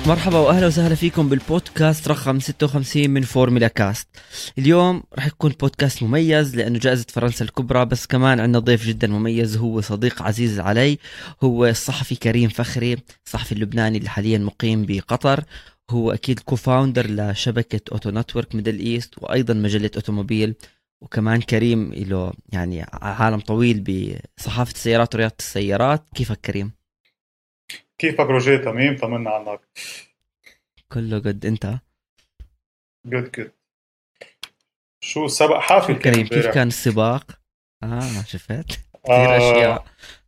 مرحبا واهلا وسهلا فيكم بالبودكاست رقم 56 من فورمولا كاست. اليوم راح يكون بودكاست مميز لانه جائزة فرنسا الكبرى، بس كمان عندنا ضيف جدا مميز، هو صديق عزيز علي، هو الصحفي كريم فخري، الصحفي اللبناني اللي حاليا مقيم بقطر. هو اكيد كوفاوندر لشبكة اوتو نتورك ميدل ايست وايضا مجلة اوتوموبيل. وكمان كريم له يعني عالم طويل بصحافة السيارات ورياضة السيارات. كيفك كريم؟ كيفك روجيه؟ تمام، طمنا عنك. كله قد انت؟ جود جود. شو سبق حافل شو كان كريم، كيف امبارح؟ كان السباق؟ شفت كثير اشياء. آه.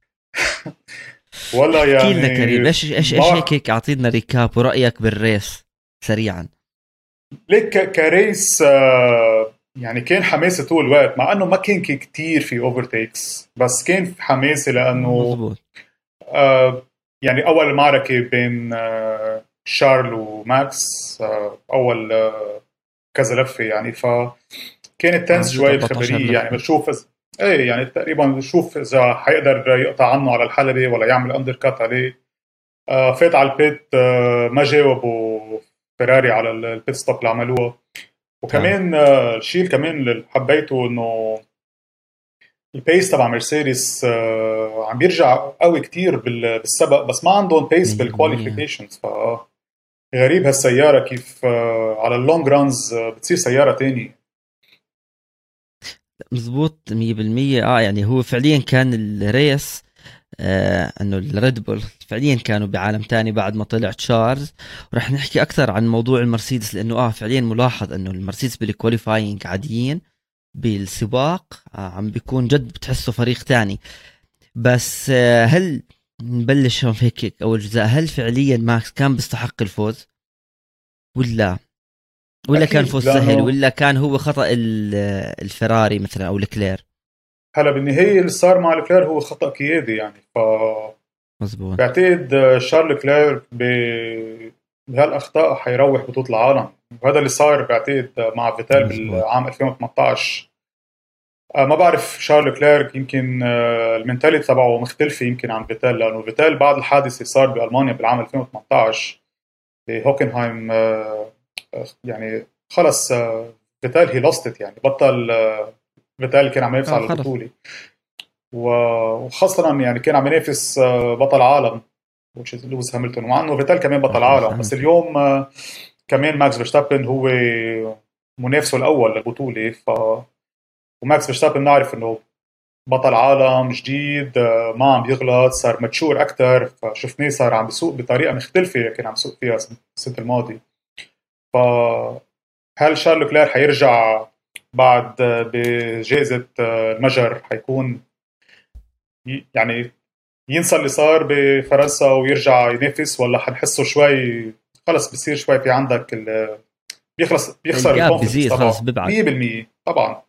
ولا احكي لنا يعني كريم، ايش ما هيك اعطينا ريكاب ورأيك بالريس سريعا. ليك كريس. يعني كان حماسي طول الوقت، مع انه ما كان كتير في اوفرتيكس، بس كان في حماسي لانه مزبوط. آه يعني اول معركه بين شارل وماكس. اول كذا لفه يعني، فكانت تنس حدود شوي 14 الخبريه، يعني لفة. بنشوف ايه يعني تقريبا بنشوف اذا حيقدر يقطع عنه على الحلبة ولا يعمل اندر كات عليه. فات على البيت، ما جاوبوا فيراري على البيت ستوب اللي عملوها. تمام. وكمان الشيء اللي كمان اللي حبيته انه البيس تبع مرسيدس عم بيرجع قوي كتير بالسبق، بس ما عندهم بيس 100%. بالكواليفيكيشنز. غريب هالسيارة كيف على اللونج رانز بتصير سيارة تانية. مزبوط 100%. يعني هو فعليا كان الريس، انه الريد بول فعليا كانوا بعالم تاني بعد ما طلع تشارلز. ورح نحكي اكثر عن موضوع المرسيدس، لانه فعليا ملاحظ انه المرسيدس بالكواليفاينج عاديين، بالسباق عم بيكون جد بتحسه فريق تاني. بس هل نبلش هيك اول جزء، هل فعليا ماكس كان بيستحق الفوز ولا كان اكيد، فوز سهل، لانه ولا كان هو خطأ الفراري مثلا او الكلير؟ هلا بالنهاية اللي صار مع الكلير هو خطأ قيادي، يعني مزبوط. بعتقد شارل كلير بهالاخطاء حيروح بطولة العالم. وهذا اللي صار بعتقد مع فيتال مزبوط. بالعام 2018. ما بعرف شارل كلير، يمكن المنتاليتي تبعه مختلفة يمكن عن فيتال، لأنه فيتال بعد الحادث اللي صار بألمانيا بالعام 2018 بهوكنهايم، يعني خلص فيتال هي لوستت، يعني بطل. فيتال كان عم ينافس على خلص. البطولة، وخاصة يعني كان عم ينافس بطل عالم لويس هامilton، ومع انه فيتال كمان بطل لويس عالم. بس هامilton. اليوم كمان ماكس فيرستابن هو منافسه الاول للبطولة. وماكس فيرستابن نعرف انه بطل عالم جديد، ما عم بيغلط، صار ماتشور اكثر، فشفناه صار عم بيسوق بطريقة مختلفة كان عم يسوق فيها السنة الماضية. فهل شارل كلير حيرجع بعد بجائزة المجر؟ حيكون يعني ينسى اللي صار بفرنسا ويرجع ينافس، ولا حنحسه شوي خلص بصير شوي في عندك بيخسر الجاب الكونفدنس بزيد خلص تبعه ببعد. 100%؟ طبعا.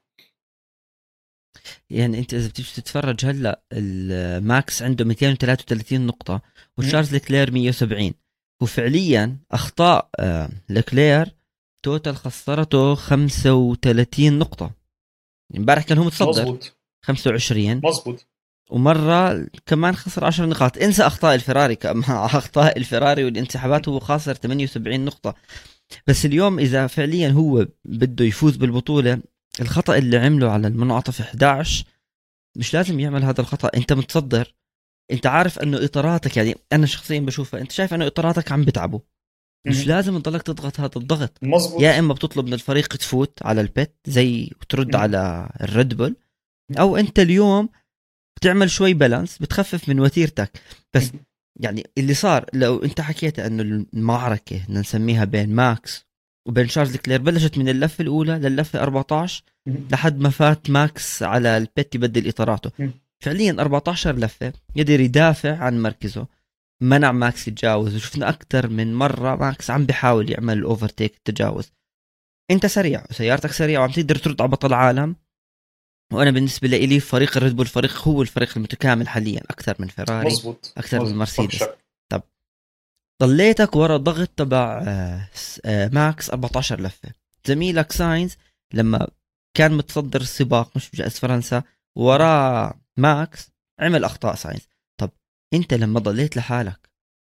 يعني انت اذا بتيجي تتفرج هلا، الماكس عنده 233 نقطة م- وتشارلز كلير 170. وفعليا اخطاء لكلير توتال خسرته 35 نقطة. امبارح كان هو متصدر مزبوط 25، مزبوط. ومرة كمان خسر 10 نقاط. انسى اخطاء الفراري، مع اخطاء الفراري والانسحابات هو خاسر 78 نقطة. بس اليوم اذا فعليا هو بده يفوز بالبطولة، الخطأ اللي عمله على المنعطف 11 مش لازم يعمل هذا الخطأ. انت متصدر، انت عارف انه اطاراتك، يعني انا شخصيا بشوفها، انت شايف انه اطاراتك عم بتعبوا، مش م- لازم تضلك تضغط هذا الضغط. يا مزبوط. اما بتطلب من الفريق تفوت على البيت زي وترد م- على الريد بول، م- او انت اليوم بتعمل شوي بالانس، بتخفف من وتيرتك. بس م- يعني اللي صار، لو انت حكيت انه المعركة بدنا نسميها بين ماكس وبين شارلز كلير بلشت من اللفة الاولى للفة 14 م- لحد ما فات ماكس على البيت يبدل اطاراته. م- فعليا 14 لفة قدر يدافع عن مركزه، منع ماكس يتجاوز. وشفنا أكثر من مرة ماكس عم بيحاول يعمل الأوفرتيك، التجاوز. أنت سريع وسيارتك سريعة وعم تقدر ترد على بطل العالم. وأنا بالنسبة لي فريق الريد بول فريق، هو الفريق المتكامل حاليا أكثر من فيراري، مزبوط أكثر من مزبوط، ما في مرسيدس. شك. طب ضليتك ورا ضغط تبع ماكس 14 لفة. زميلك ساينز لما كان متصدر السباق، مش بجائزة فرنسا، وراه ماكس، عمل أخطاء ساينز. طب أنت لما ضليت لحالك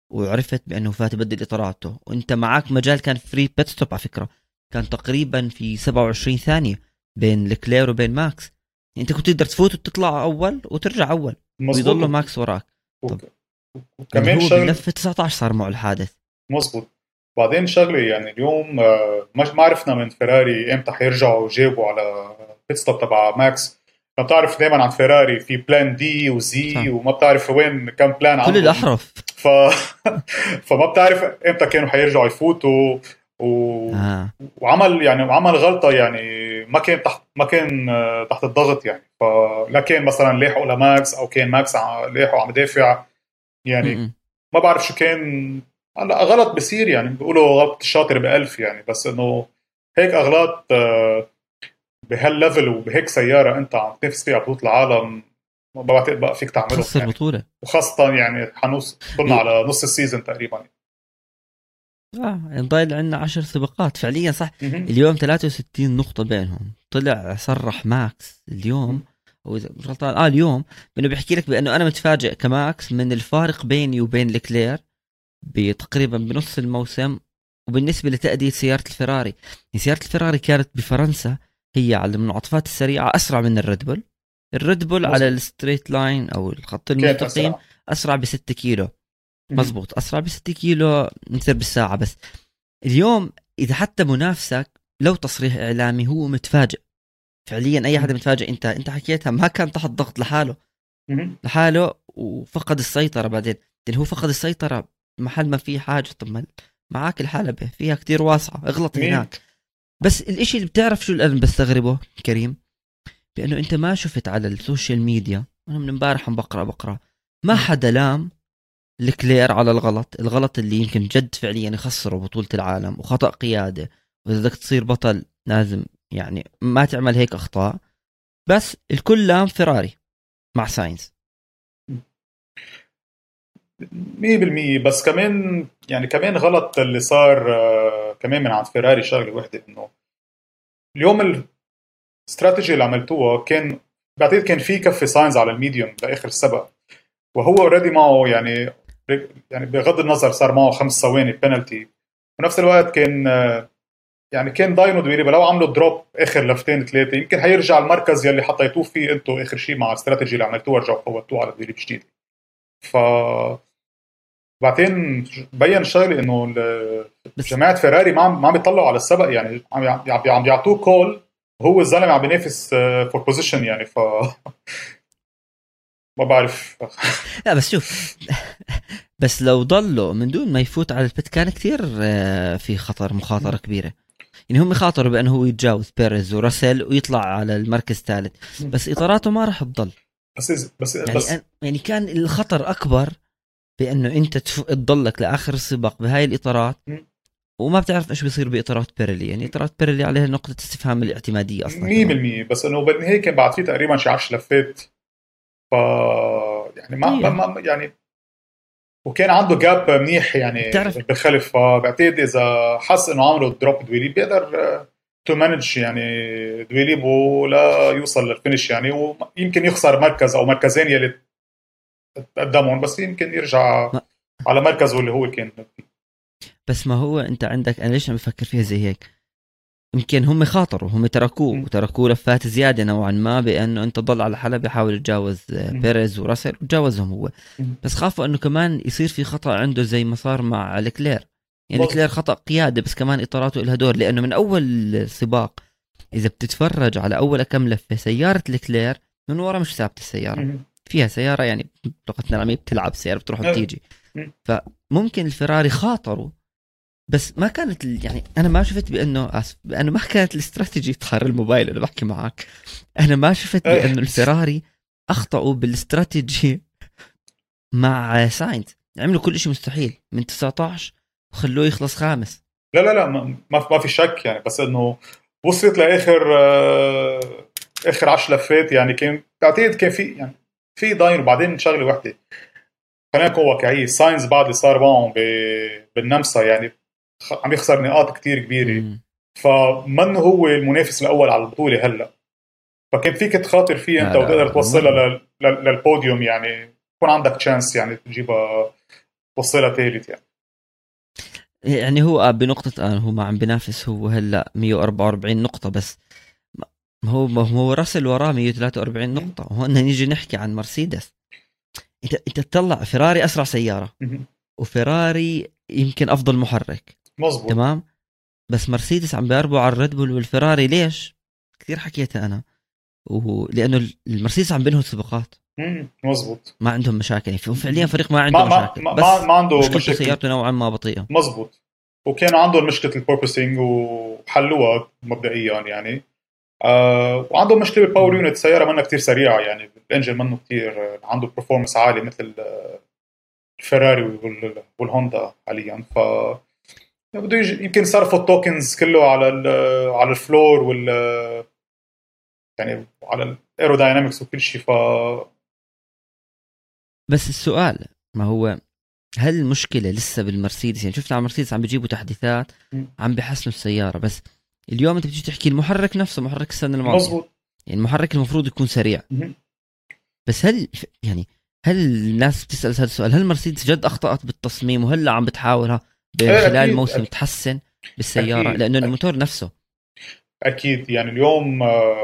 وعرفت بأنه فات يبدل إطاراته، وأنت معك مجال كان فري بيت ستوب على فكرة، كان تقريبا في 27 ثانية بين لكلير وبين ماكس. يعني أنت كنت تقدر تفوت وتطلع أول وترجع أول ويضل مزبوط. ماكس وراك. طب يعني وكمان هو شغل باللفة 19 صار معه الحادث. مزبوط. بعدين شغله يعني اليوم ما عرفنا من فيراري امتى حيرجعوا يجاوبوا على بيت ستوب تبع ماكس. ما بتعرف دائما عن فيراري في بلان دي وزي، صح. وما بتعرف وين كم بلان كل عندهم. الأحرف. ف... فما بتعرف امتى كانوا حيرجعوا يفوتوا و... آه. وعمل غلطه يعني ما كان تحت الضغط يعني. فلا كان مثلا لاحقوا لماكس او كان ماكس لاحقوا عم يدافع يعني. م-م. ما بعرف شو كان. هلا غلط بصير يعني، بيقولوا غلط الشاطر بألف يعني، بس انه هيك اغلاط بهالليفل وبهيك سياره انت عم تنافس فيها بطوله العالم، ما بعتقد بقى فيك تعملهم تخسر يعني. بطولة. وخاصه يعني طلنا إيه. على نص السيزون تقريبا. يعني ضايل عندنا 10 سباقات فعليا صح. مهم. اليوم 63 نقطة بينهم. طلع صرح ماكس اليوم، أو إذا مش غلطان اليوم، بأنه بيحكي لك بأنه أنا متفاجئ كماكس من الفارق بيني وبين لكلير بتقريبا بنص الموسم. وبالنسبة لتأدية سيارة الفراري، سيارة الفراري كانت بفرنسا هي على المنعطفات السريعة أسرع من الريد بول على مزبوط. الستريت لاين أو الخط كانت المستقيم اسرع. أسرع ب6 كيلو. مهم. مزبوط، أسرع ب6 كيلو متر بالساعة. بس اليوم إذا حتى منافسك لو تصريح إعلامي هو متفاجئ فعليا، أي حدا مهم. متفاجئ. أنت حكيتها، ما كان تحت ضغط مهم. لحاله وفقد السيطرة بعدين. لأن هو فقد السيطرة محل ما في حاجة. طب ما معاك الحلبة فيها كتير واسعة، اغلط مين. هناك. بس الاشي اللي بتعرف شو الأنا بستغربه كريم، بأنه أنت ما شفت على السوشيال ميديا، أنا من امبارح عم بقرأ ما مهم. حدا لام الكلير على الغلط اللي يمكن جد فعليا يخسره بطولة العالم وخطأ قيادة. وإذا بدك تصير بطل لازم يعني ما تعمل هيك أخطاء. بس الكل لام فيراري مع ساينز. 100%. بس كمان يعني كمان غلط اللي صار كمان من عند فيراري شغله وحده، انه اليوم الاستراتيجي اللي عملتوها كان بعتقد كان في كفي ساينز على الميديوم لاخر السبق، وهو اوريدي معه يعني بغض النظر صار معه 5 ثواني بنالتي. ونفس الوقت كان يعني كان داينو دويريبا لو عملوا دروب اخر لفتين ثلاثه يمكن حيرجع المركز يلي حطيتوه فيه انتم اخر شيء مع الاستراتيجي اللي عملتوها، رجعوا فوتوه على دويريبا جديد. ف بعدين بين شغله انه بس جماعه فيراري ما عم بيطلعوا على السبق يعني، عم بيعطوه كول وهو الزلمه عم بينافس فور بوزيشن يعني. ما بعرف. لا بس شوف بس لو ضلوا من دون ما يفوت على البيت كان كتير في مخاطرة كبيرة. يعني هم خاطروا بأنه هو يتجاوز بيريز وراسل ويطلع على المركز الثالث، بس إطاراته ما راح تضل. بس يعني كان الخطر أكبر بأنه أنت تضلك لآخر السباق بهاي الإطارات وما بتعرف إيش بيصير بإطارات بيريلي. يعني إطارات بيريلي عليها نقطة استفهام الاعتمادية أصلا كمان. 100%. بس انه بالنهايه كان بعد فيه تقريبا شي 10 لفات. ف يعني هي يعني وكان عنده جاب منيح يعني بتعرف. بالخلف. فبعتقد اذا حس انه عمله دروب دويليب بيقدر تو مانج يعني دويليب ولا يوصل للفينش يعني. ويمكن يخسر مركز او مركزين يلي قدامهم، بس يمكن يرجع ما على مركزه اللي هو كان فيه. بس ما هو أنت عندك، أنا ليش عم بفكر فيها زي هيك؟ يمكن هم خاطروا، هم تركوه لفات زيادة نوعا ما بأنه أنت ضل على حلبة يحاول يتجاوز بيريز وراسل وتجاوزهم هو. بس خافوا أنه كمان يصير في خطأ عنده زي ما صار مع الكلير. يعني الكلير خطأ قيادة بس كمان إطاراته إلها دور، لأنه من أول سباق إذا بتتفرج على أول كم لفة سيارة الكلير من ورا مش ثابتة السيارة، فيها سيارة يعني لغتنا العامية بتلعب سيارة بتروح وبتيجي. فممكن الفراري خاطروا بس ما كانت يعني انا ما شفت بانه ما كانت الاستراتيجي تخار الموبايل. انا بحكي معك، انا ما شفت بانه الفراري اخطأوا بالاستراتيجي مع ساينز. عملوا كل شيء مستحيل من 19 وخلوه يخلص خامس. لا ما في شك يعني. بس انه وصلت لاخر اخر 10 لفات يعني كان بعتقد كان في يعني في ضاين. وبعدين شغله وحده خلينا نكون واقعيين، ساينز بعد اللي صار معهم بالنمسا يعني عم يخسر نقاط كتير كبيره. فمن هو المنافس الاول على البطوله هلا، فكان فيك تخاطر فيه انت لا لا وتقدر لا توصلها بالمرة. للبوديوم يعني، يكون عندك تشانس يعني تجيبها وصلها ثالث يعني. يعني هو بنقطة هو ما عم بينافس، هو هلا 144 نقطة بس، ما هو راسل وراه 143 نقطة. وهون نيجي نحكي عن مرسيدس. انت تطلع فيراري اسرع سيارة، وفيراري يمكن افضل محرك، مزبوط. تمام، بس مرسيدس عم بيربوا على الريد بول والفيراري. ليش؟ كثير حكيتها انا، لانه المرسيدس عم بينهوا سباقات، مزبوط. ما عندهم مشاكل. يعني فعليا فريق ما عنده ما ما مشاكل، ما ما بس ما عنده مشكلته مشاكل. سيارته نوعا ما بطيئة. مزبوط. وكان عندهم مشكلة البوربوسينج وحلوها مبدئيا يعني. وعندهم مشكلة بالباور يونت، السيارة منها كتير سريعة يعني، الانجن منه كتير عنده برفورمانس عالي مثل الفيراري والهوندا حاليا. ف بده يجي يمكن صرفوا التوكنز كله على الفلور يعني على الايروداينامكس وكل شيء. بس السؤال، ما هو هل المشكلة لسه بالمرسيدس؟ يعني شفنا على مرسيدس عم بيجيبوا تحديثات، عم بيحسنوا السيارة، بس اليوم انت بتيجي تحكي المحرك نفسه محرك السنة الماضية. مزبوط. يعني المحرك المفروض يكون سريع. بس هل الناس بتسأل هذا السؤال؟ هل مرسيدس جد أخطأت بالتصميم وهلا عم بتحاولها خلال الموسم تحسن بالسيارة؟ أكيد. لأنه الموتور نفسه أكيد يعني اليوم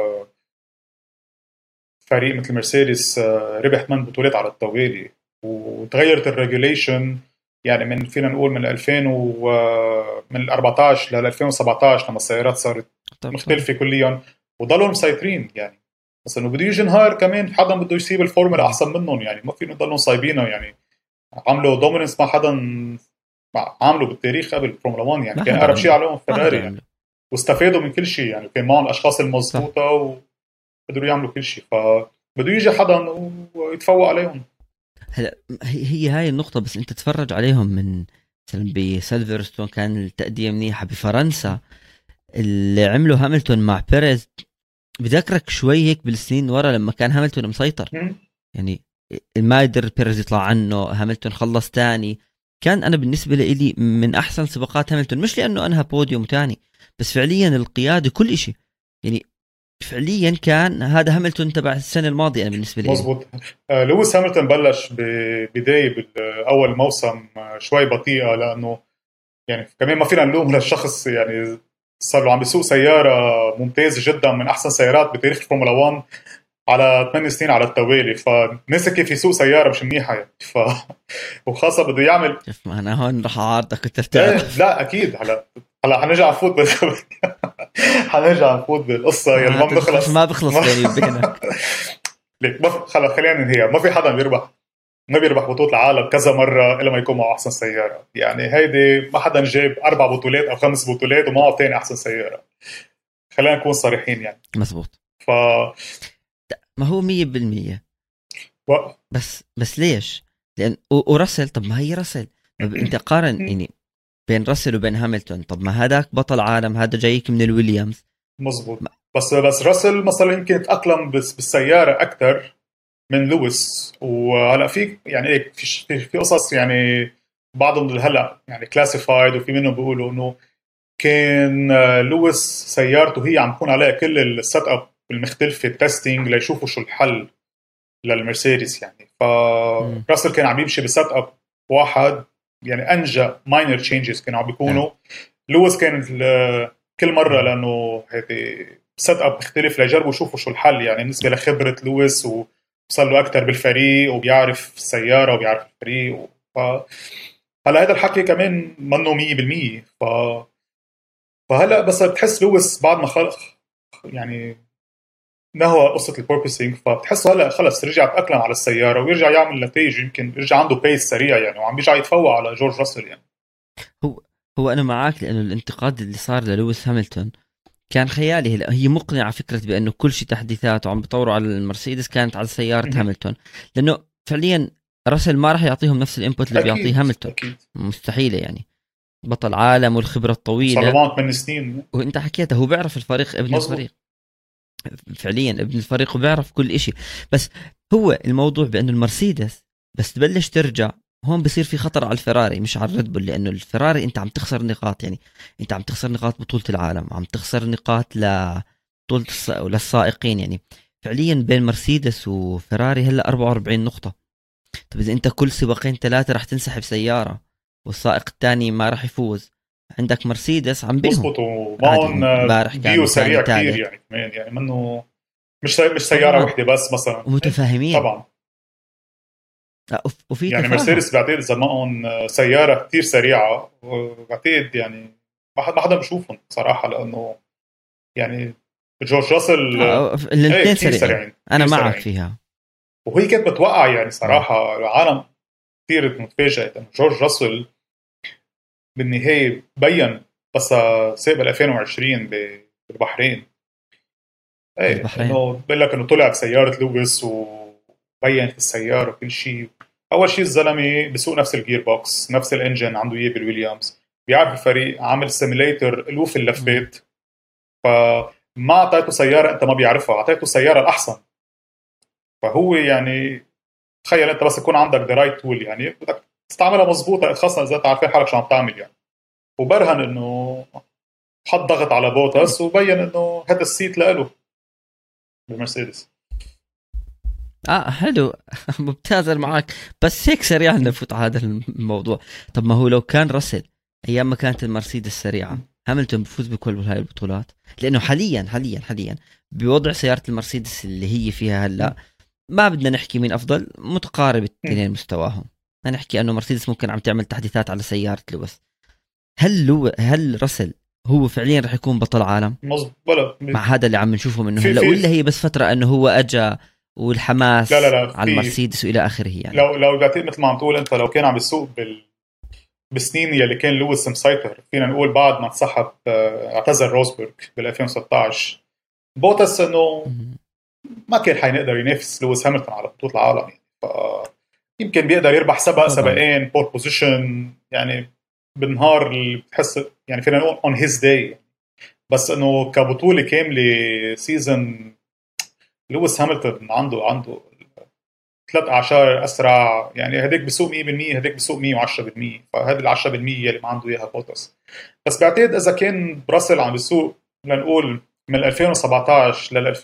فريق مثل مرسيدس ربح 8 بطولات على التوالي، وتغيرت الريجوليشن يعني من فينا نقول من 2000 من 14 ل 2017 لما السيارات صارت مختلفة كليا، وضلوا مسيطرين يعني. بس انه بده يجي نهار كمان حدا بده يسيب الفورمولا احسن منهم يعني، ما فينا نضلوا صايبينها يعني. عملوا دوميننس ما حدا عامله بالتاريخ قبل فورمولا 1 يعني، كان اقرب شيء عليهم فيراري يعني، واستفادوا من كل شيء يعني، كان معهم الاشخاص المضبوطه وقدروا يعملوا كل شيء. فبده يجي حدا ويتفوق عليهم. هلا هي هاي النقطة. بس انت تتفرج عليهم من مثلا بسيلفرستون كان التأدية منيحة، بفرنسا اللي عمله هاملتون مع بيريز بذكرك شوي هيك بالسنين ورا لما كان هاملتون مسيطر. يعني ما يقدر بيريز يطلع عنه، هاملتون خلص تاني. كان أنا بالنسبة لي من أحسن سباقات هاملتون، مش لأنه أنهى بوديوم تاني، بس فعليا القيادة كل إشي يعني. فعليا كان هذا هاملتون تبع السنة الماضية أنا بالنسبة لي. مزبوط. لويس هاملتون بلش ببداية بالأول موسم شوي بطيئة، لأنه يعني كمان ما فينا نلوم للشخص يعني، صار له عم بيسوق سيارة ممتازة جدا من أحسن سيارات بتاريخ الفورمولا 1 على 8 سنين على التوالي، فنسى كيف يسوق سيارة مش منيحة يعني. وخاصة بده يعمل. شوف ما أنا هون رح أعارضك كنت تعرف. لا أكيد. هلا حنرجع نفوت حنرجع نفوت بالقصة يلي ما بنخلص، ما بخلص بيني وبينك. ليك خلينا ننهيها. ما في حدا ما بيربح بطولة العالم كذا مرة إلا ما يكون معه أحسن سيارة يعني. هيدي ما حدا جاب 4 بطولات أو 5 بطولات ومعه تاني أحسن سيارة. خلينا نكون صريحين يعني. مزبوط. ف ما هو 100%. بس ليش؟ لأن ورسل، طب ما هي رسل، أنت قارن يعني بين رسل وبين هاملتون. طب ما هذاك بطل عالم، هذا جايك من الويليامز. مزبوط. بس راسل مثلا يمكن تأقلم بالسيارة أكتر من لويس. وهلا في يعني إيه في قصص يعني، بعضهم هلا يعني كلاسيفايد، وفي منهم بيقولوا إنه كان لويس سيارته هي عم تكون عليها كل السيت اب المختلفة التستينج ليشوفوا شو الحل للمرسيدس يعني. فراسل كان عم يمشي بسيت اب واحد يعني، انجى ماينر تشينجز كانوا عم بيكونوا. لويس كان كل مره لانه هيدي سيت اب مختلف ليجربوا يشوفوا شو الحل يعني، بالنسبه لخبره لويس وصار له اكثر بالفريق وبيعرف السياره وبيعرف الفريق هلا هذا الحكي كمان منه 100%. فهلا بس بتحس لويس بعد ما خلق يعني نهوى قصة البوربوسينج، فبتحسه هلا خلص رجع تأقلم على السيارة ويرجع يعمل نتائج، يمكن يرجع عنده بيس سريع يعني، وعم بيرجع يتفوق على جورج راسل يعني. هو أنا معاك، لأنه الانتقاد اللي صار للويس هاملتون كان خيالي. هلا هي مقنعة فكرة بأنه كل شيء تحديثات وعم بيطوروا على المرسيدس كانت على سيارة هاملتون، لأنه فعليا راسل ما راح يعطيهم نفس الانبوت اللي بيعطيه هاملتون. أكيد. مستحيلة يعني، بطل عالم والخبرة الطويلة، صار له 8 سنين، وانت حكيته هو بيعرف الفريق، ابن مزبوط. الفريق فعليا ابن الفريق وبيعرف كل إشي. بس هو الموضوع بأنه المرسيدس بس تبلش ترجع هون بصير في خطر على الفراري مش على الريد بول، لأنه الفراري انت عم تخسر نقاط يعني، انت عم تخسر نقاط بطولة العالم، عم تخسر نقاط لبطولة للسائقين يعني. فعليا بين مرسيدس وفراري هلا 44 نقطة. طب إذا أنت كل سباقين 3 رح تنسحب سيارة والسائق الثاني ما رح يفوز، عندك مرسيدس عم بينهم مزبوط. عادي، ومعهم امبارح ديو كانوا ثاني سريع كتير ثالث. يعني كمان، يعني منه مش سيارة طبعا واحدة بس مثلا. ومتفاهمين. طبعا. وفي يعني تفاهم. مرسيدس بعتقد إذا معهم سيارة كتير سريعة، بعتقد يعني ما حدا بشوفهم صراحة، لأنه يعني جورج راسل ايه الاثنين كتير سريعين، سريعين أنا كتير معك سريعين. فيها. وهي كانت بتوقع يعني صراحة العالم كتير متفاجئ إنه جورج راسل بالنهاية بين بس سابق 2020 بالبحرين. ايه بالبحرين. انه بقول لك انه طلع بسيارة لويس وبينت السيارة وكل شيء. اول شيء الزلمة بسوق نفس الجير بوكس، نفس الانجن عنده اياه بالويليامز، بيعرف الفريق، عامل سيميليتر الوف اللفات. فما اعطيته سيارة انت ما بيعرفها، اعطيته السيارة الاحسن. فهو يعني تخيل انت بس يكون عندك ذا رايت تول، يعني بدك تستعملها مضبوطة، خاصة اذا انت عارفين حالك شو عم تعمل يعني. وبرهن انه حط ضغط على بوتاس وبين انه هذا السيت لإله بالمرسيدس. حلو. ممتاز معك. بس هيك سريع نفوت على هذا الموضوع. طب ما هو لو كان رسل ايام ما كانت المرسيدس سريعه، هاملتون بفوز بكل هاي البطولات؟ لانه حاليا بوضع سياره المرسيدس اللي هي فيها هلا، ما بدنا نحكي مين افضل، متقارب الاثنين مستواهم. بدنا نحكي انه مرسيدس ممكن عم تعمل تحديثات على سياره لويس. هل رسل هو فعليا رح يكون بطل عالم مظبوط مع هذا اللي عم نشوفه منه في هلا، في ولا هي بس فتره انه هو اجى والحماس لا على في المرسيدس والى اخره يعني؟ لو بعتقد مثل ما عم تقول انت، لو كان عم يسوق بالسنين يلي كان لويس مسيطر، فينا نقول بعد ما انسحب اعتزل روزبرغ بال 2016، بوتس انه ما كان حينقدر ينافس لويس هامilton على بطولة العالم يعني. يمكن بيقدر يربح طبعا. سباقين بول بوزيشن يعني بالنهار اللي بتحس يعني فينا نقول اون هيز داي. بس انه كبطولة كاملة سيزن، لويس هامilton عنده 3 أعشار أسرع، يعني هديك بسوق 100%، هديك بسوق 110%. فهذا ال 10% اللي ما عنده إياها بوتس. بس بعتقد إذا كان براسل عم بسوق لنقول من 2017 لل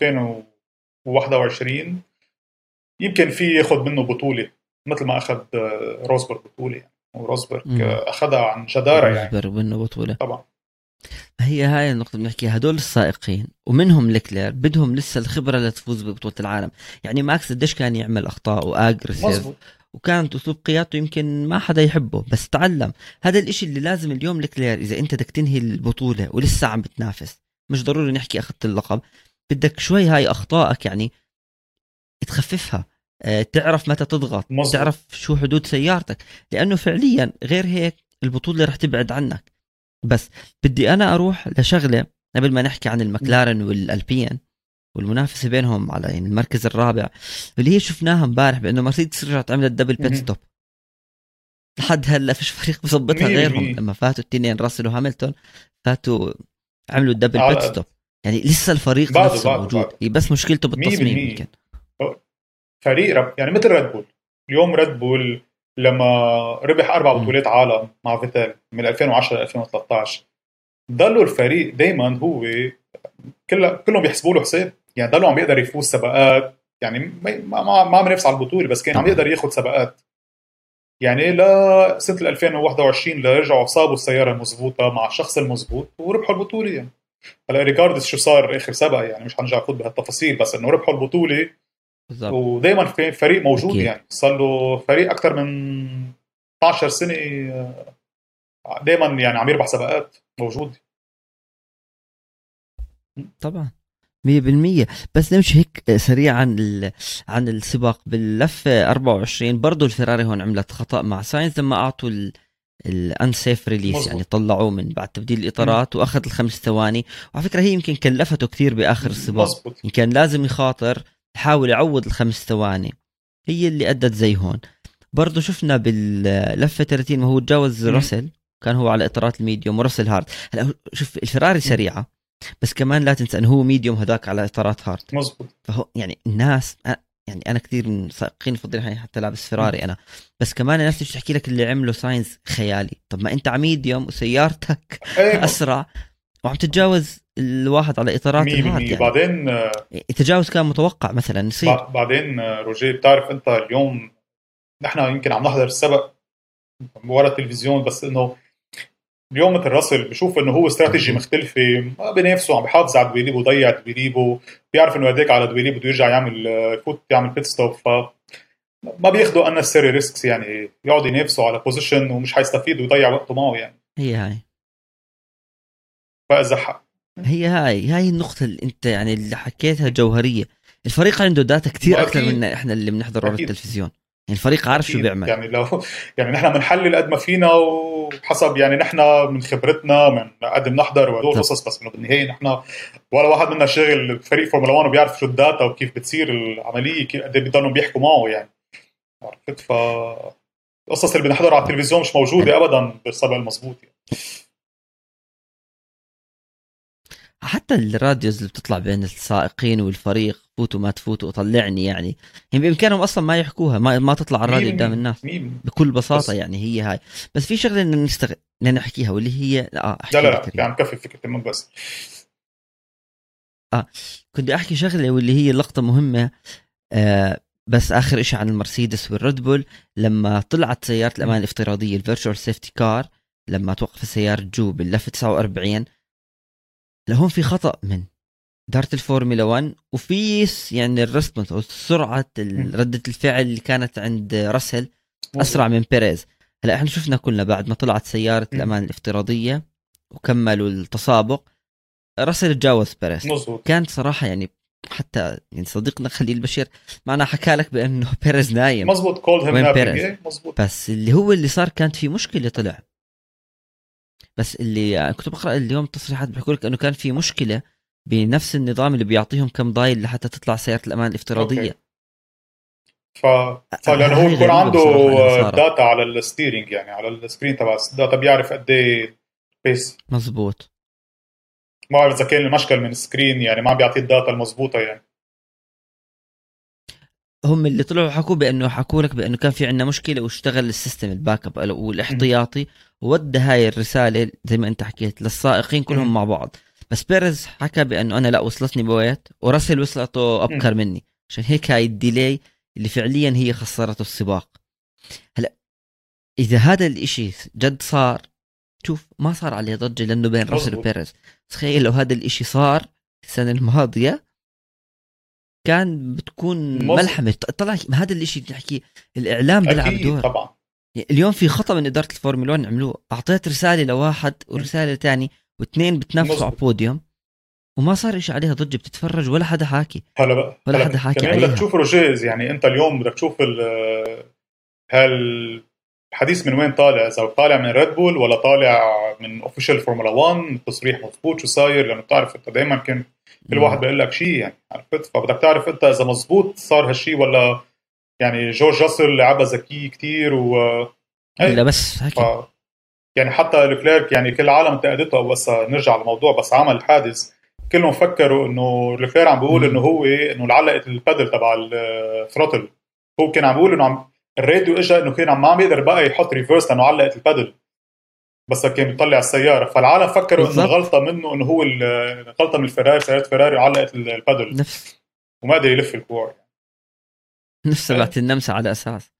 2021، يمكن في ياخد منه بطولة مثل ما أخذ روزبرغ بطولة يعني. وروزبرغ أخذها عن جدارة يعني. روزبرغ منه بطولة طبعا. هي هاي النقطة بنحكيها. هدول السائقين ومنهم لكلير بدهم لسه الخبرة لتفوز ببطولة العالم. يعني ماكس قديش كان يعمل أخطاء وأجريسيف، وكانت أسلوب قيادته يمكن ما حدا يحبه، بس تعلم. هذا الاشي اللي لازم اليوم لكلير إذا أنت بدك تنهي البطولة ولسه عم بتنافس، مش ضروري نحكي أخذت اللقب، بدك شوي هاي أخطائك يعني تخففها، تعرف متى تضغط، مزبوط. تعرف شو حدود سيارتك، لأنه فعليا غير هيك البطولة رح تبعد عنك. بس بدي أنا أروح لشغلة قبل ما نحكي عن المكلارن والألبين والمنافسة بينهم على يعني المركز الرابع، اللي هي شفناها امبارح بأنه مرسيدس رجعت عملت دبل بيت ستوب. لحد هلا فيش فريق بصبتها غيرهم. لما فاتوا التنين راسل وهاملتون فاتوا عملوا الدبل بيت ستوب، يعني لسه الفريق نفسه موجود. هي بس مشكلته بالتصميم يمكن. فريق يعني مثل ريد بول. اليوم ريد بول لما ربح 4 بطولات عالم مع فيتال من 2010 ل 2013، ضلوا الفريق دايما هو كلهم بيحسبوا له حساب يعني. ضلوا عم يقدر يفوز سباقات يعني، ما عم ينافس على البطوله، بس كان عم يقدر ياخذ سباقات يعني. لا سنه 2021 لرجعوا صابوا السياره المضبوطه مع الشخص المضبوط وربحوا البطوله يعني. هلا ريكاردس شو صار اخر سباق يعني مش حنرجع نفوت بهالتفاصيل، بس انه ربحوا البطوله بالضبط. ودائما في فريق موجود أكيد. يعني. صار له فريق اكثر من 12 سنه دائما يعني عم يربح سباقات، موجود. طبعا 100%. بس نمشي هيك سريع عن السباق باللفة 24. برضو الفراري هون عملت خطأ مع ساينز لما أعطوا الانسيف ريليس، يعني طلعوه من بعد تبديل الإطارات وأخذ ال5 ثواني. وعلى فكرة هي يمكن كلفته كتير بآخر السباق، كان لازم يخاطر يحاول يعوض ال5 ثواني، هي اللي أدت زي هون. برضو شفنا باللفة 30 ما هو تجاوز راسل، كان هو على إطارات الميديوم وراسل هارد. هلا شوف الفراري سريعة، بس كمان لا تنسى انه هو ميديوم هداك على اطارات هارد. مزبوط. فهو يعني الناس يعني انا كثير من سائقين فضلين حتى لابس فراري انا، بس كمان الناس تيجي تحكي لك اللي عمله ساينز خيالي. طب ما انت على ميديوم وسيارتك اسرع وعم تتجاوز الواحد على اطارات الهارد يعني. بعدين التجاوز كان متوقع مثلا يصير. بعدين روجيه بتعرف انت اليوم نحن يمكن عم نحضر السبق ورا التلفزيون، بس انه اليوم مثل راسل بشوف انه هو استراتيجي مختلفه، ما بينافسه، عم بحافظ على دويليب وضيع دويليب، بيعرف انه هداك على دويليب بده يرجع يعمل يفوت يعمل بيت ستوب، ف ما بياخذوا unnecessary ريسكس، يعني يقعد ينافسوا على بوزيشن ومش حيستفيد ويضيع وقته معه يعني. هي فاذا حق هاي النقطة اللي انت يعني اللي حكيتها جوهرية. الفريق عنده داتا كتير اكثر اكيد من احنا اللي بنحضر ورا اكيد التلفزيون. يعني الفريق عارف شو اكيد، بيعمل. يعني لو يعني نحن بنحلل قد ما فينا وحسب يعني نحن من خبرتنا من قد بنحضر وهدول بالضبط. قصص، بس انه بالنهايه نحن ولا واحد منا شاغل فريق فورمولا 1 وبيعرف شو الداتا وكيف بتصير العمليه، كيف قد بيضلوا بيحكوا معه يعني. عرفت؟ ف القصص اللي بنحضرها على التلفزيون مش موجوده ابدا بالسبق المضبوط يعني. حتى الراديوز اللي بتطلع بين السائقين والفريق، فوتوا ما تفوتوا طلعني، يعني بإمكانهم أصلا ما يحكوها، ما تطلع على الراديو قدام 100% الناس 100%. بكل بساطة. بس يعني هي هاي. بس في شغلة إن بدنا نحكيها، واللي هي لا أحكي لا لي لا، كريم. يعني كفي فكره المهم بس. كنت بدي أحكي شغلة واللي هي لقطة مهمة. بس آخر إشي عن المرسيدس والريد بول، لما طلعت سيارة الأمان الافتراضية الفيرتشوال سيفتي كار، لما توقف السيارة جو باللفة 49، لهون في خطأ من إدارة الفورمولا 1، وفي يعني الريسبونس أو سرعة ردة الفعل اللي كانت عند راسل أسرع مظبوط. من بيريز. هلا احنا شفنا كلنا بعد ما طلعت سيارة الأمان الافتراضية وكملوا التسابق، راسل تجاوز بيريز. مظبوط. كانت صراحة يعني حتى يعني صديقنا خليل بشير معنا حكى لك بأنه بيريز نايم. مظبوط كولد هيم وين نابينج، بيريز؟ ايه مظبوط. بس اللي صار كانت في مشكلة طلع. بس اللي كنت بقرأ اليوم تصريحات بيحكوا لك انه كان في مشكلة بنفس النظام اللي بيعطيهم كم ضايل لحتى تطلع سيارة الأمان اوكي. الافتراضية. ف فلانه هو هاي بكون غريبة عنده بصراحة انها صارت. داتا على الستيرنج، يعني على السكرين تبع الداتا، بيعرف قد ايه بيس. مزبوط. ما بعرف اذا كان المشكل من السكرين، يعني ما عم بيعطي الداتا المضبوطه يعني. هم اللي طلعوا حكوا بانه حكوا لك بانه كان في عندنا مشكلة واشتغل السيستم الباك اب والاحتياطي، وودى هاي الرسالة زي ما انت حكيت للسائقين كلهم مع بعض. بس بيرز حكى بانه انا لا وصلتني بويت، وراسل وصلته ابكر مني، عشان هيك هاي الديلي اللي فعليا هي خسرته السباق. هلا اذا هذا الاشي جد صار، شوف ما صار عليه ضجة لانه بين راسل مظبوط. وبيرز. تخيل لو هذا الاشي صار السنة الماضية، كان بتكون مظبوط. ملحمة. طلع هذا الاشي بنحكي الاعلام بيلعب اكيد دور. طبعا. يعني اليوم في خطأ من إدارة الفورمولا 1 عملوه، أعطيت رسالة لواحد ورسالة تاني، واثنين بتنافسوا على مظبوط. البوديوم، وما صار إشي عليها ضجة. بتتفرج ولا حدا حاكي، هلا بقى، ولا حدا هلا حاكي كمان بدك عليها. تشوف روجيز، يعني انت اليوم بدك تشوف هالحديث من وين طالع، اذا طالع من ريد بول ولا طالع من اوفيشال فورمولا 1 تصريح مضبوط شو صاير، لانه بتعرف انت دائما كان كل واحد بيقول لك شيء يعني. عرفت؟ فبدك تعرف انت اذا مزبوط صار هالشيء ولا يعني جورج راسل لعبها ذكي كتير و ولا ايه. بس ف حكي. يعني حتى لوكليرك، يعني كل العالم انتقدته، بس نرجع للموضوع، بس عمل حادث كلهم فكروا انه لوكلير عم بيقول انه هو انه علقت البادل تبع الثروتل. هو كان عم بيقول انه الراديو اجى انه كان ما عم يقدر بقى يحط ريفرس لانه علقت البادل، بس كان بيطلع السياره، فالعالم فكروا انه بالضبط. الغلطه منه، انه هو الغلطه من الفراري، سياره فراري علقت البادل نفس وما قدر يلف الكوع. نفس ايه تبعت النمسا على أساس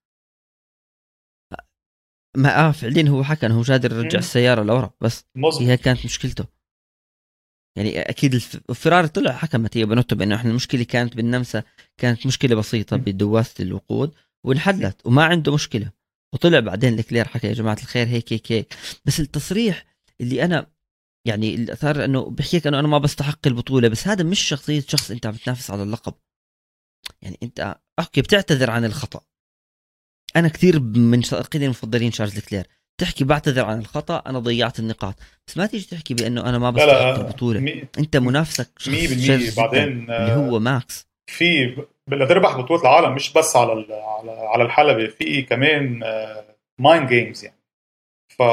ما فعليا هو حكى انه هو مش قادر يرجع السيارة لورا، بس هي مظبوط. كانت مشكلته. يعني اكيد الفراري طلع حكى ماتيا بنوتو بانه احنا المشكله كانت بالنمسا، كانت مشكله بسيطه بدواسه الوقود وانحلت وما عنده مشكله. وطلع بعدين الكلير حكى يا جماعه الخير هيك هيك هيك. بس التصريح اللي انا يعني اللي صار انه بحكيك انه انا ما بستحق البطوله، بس هذا مش شخصيه شخص انت عم تنافس على اللقب. يعني انت اوكي بتعتذر عن الخطا. انا كثير من سائقيني المفضلين شارلز كلير تحكي بعتذر عن الخطا، انا ضيعت النقاط، بس ما تيجي تحكي بانه انا ما لا بستحق لا، البطوله. انت منافسك شخص 100%. شرس جدا بعدين اللي هو ماكس. في تربح بطولة العالم مش بس على على الحلبة، في كمان مايند جيمز يعني. ف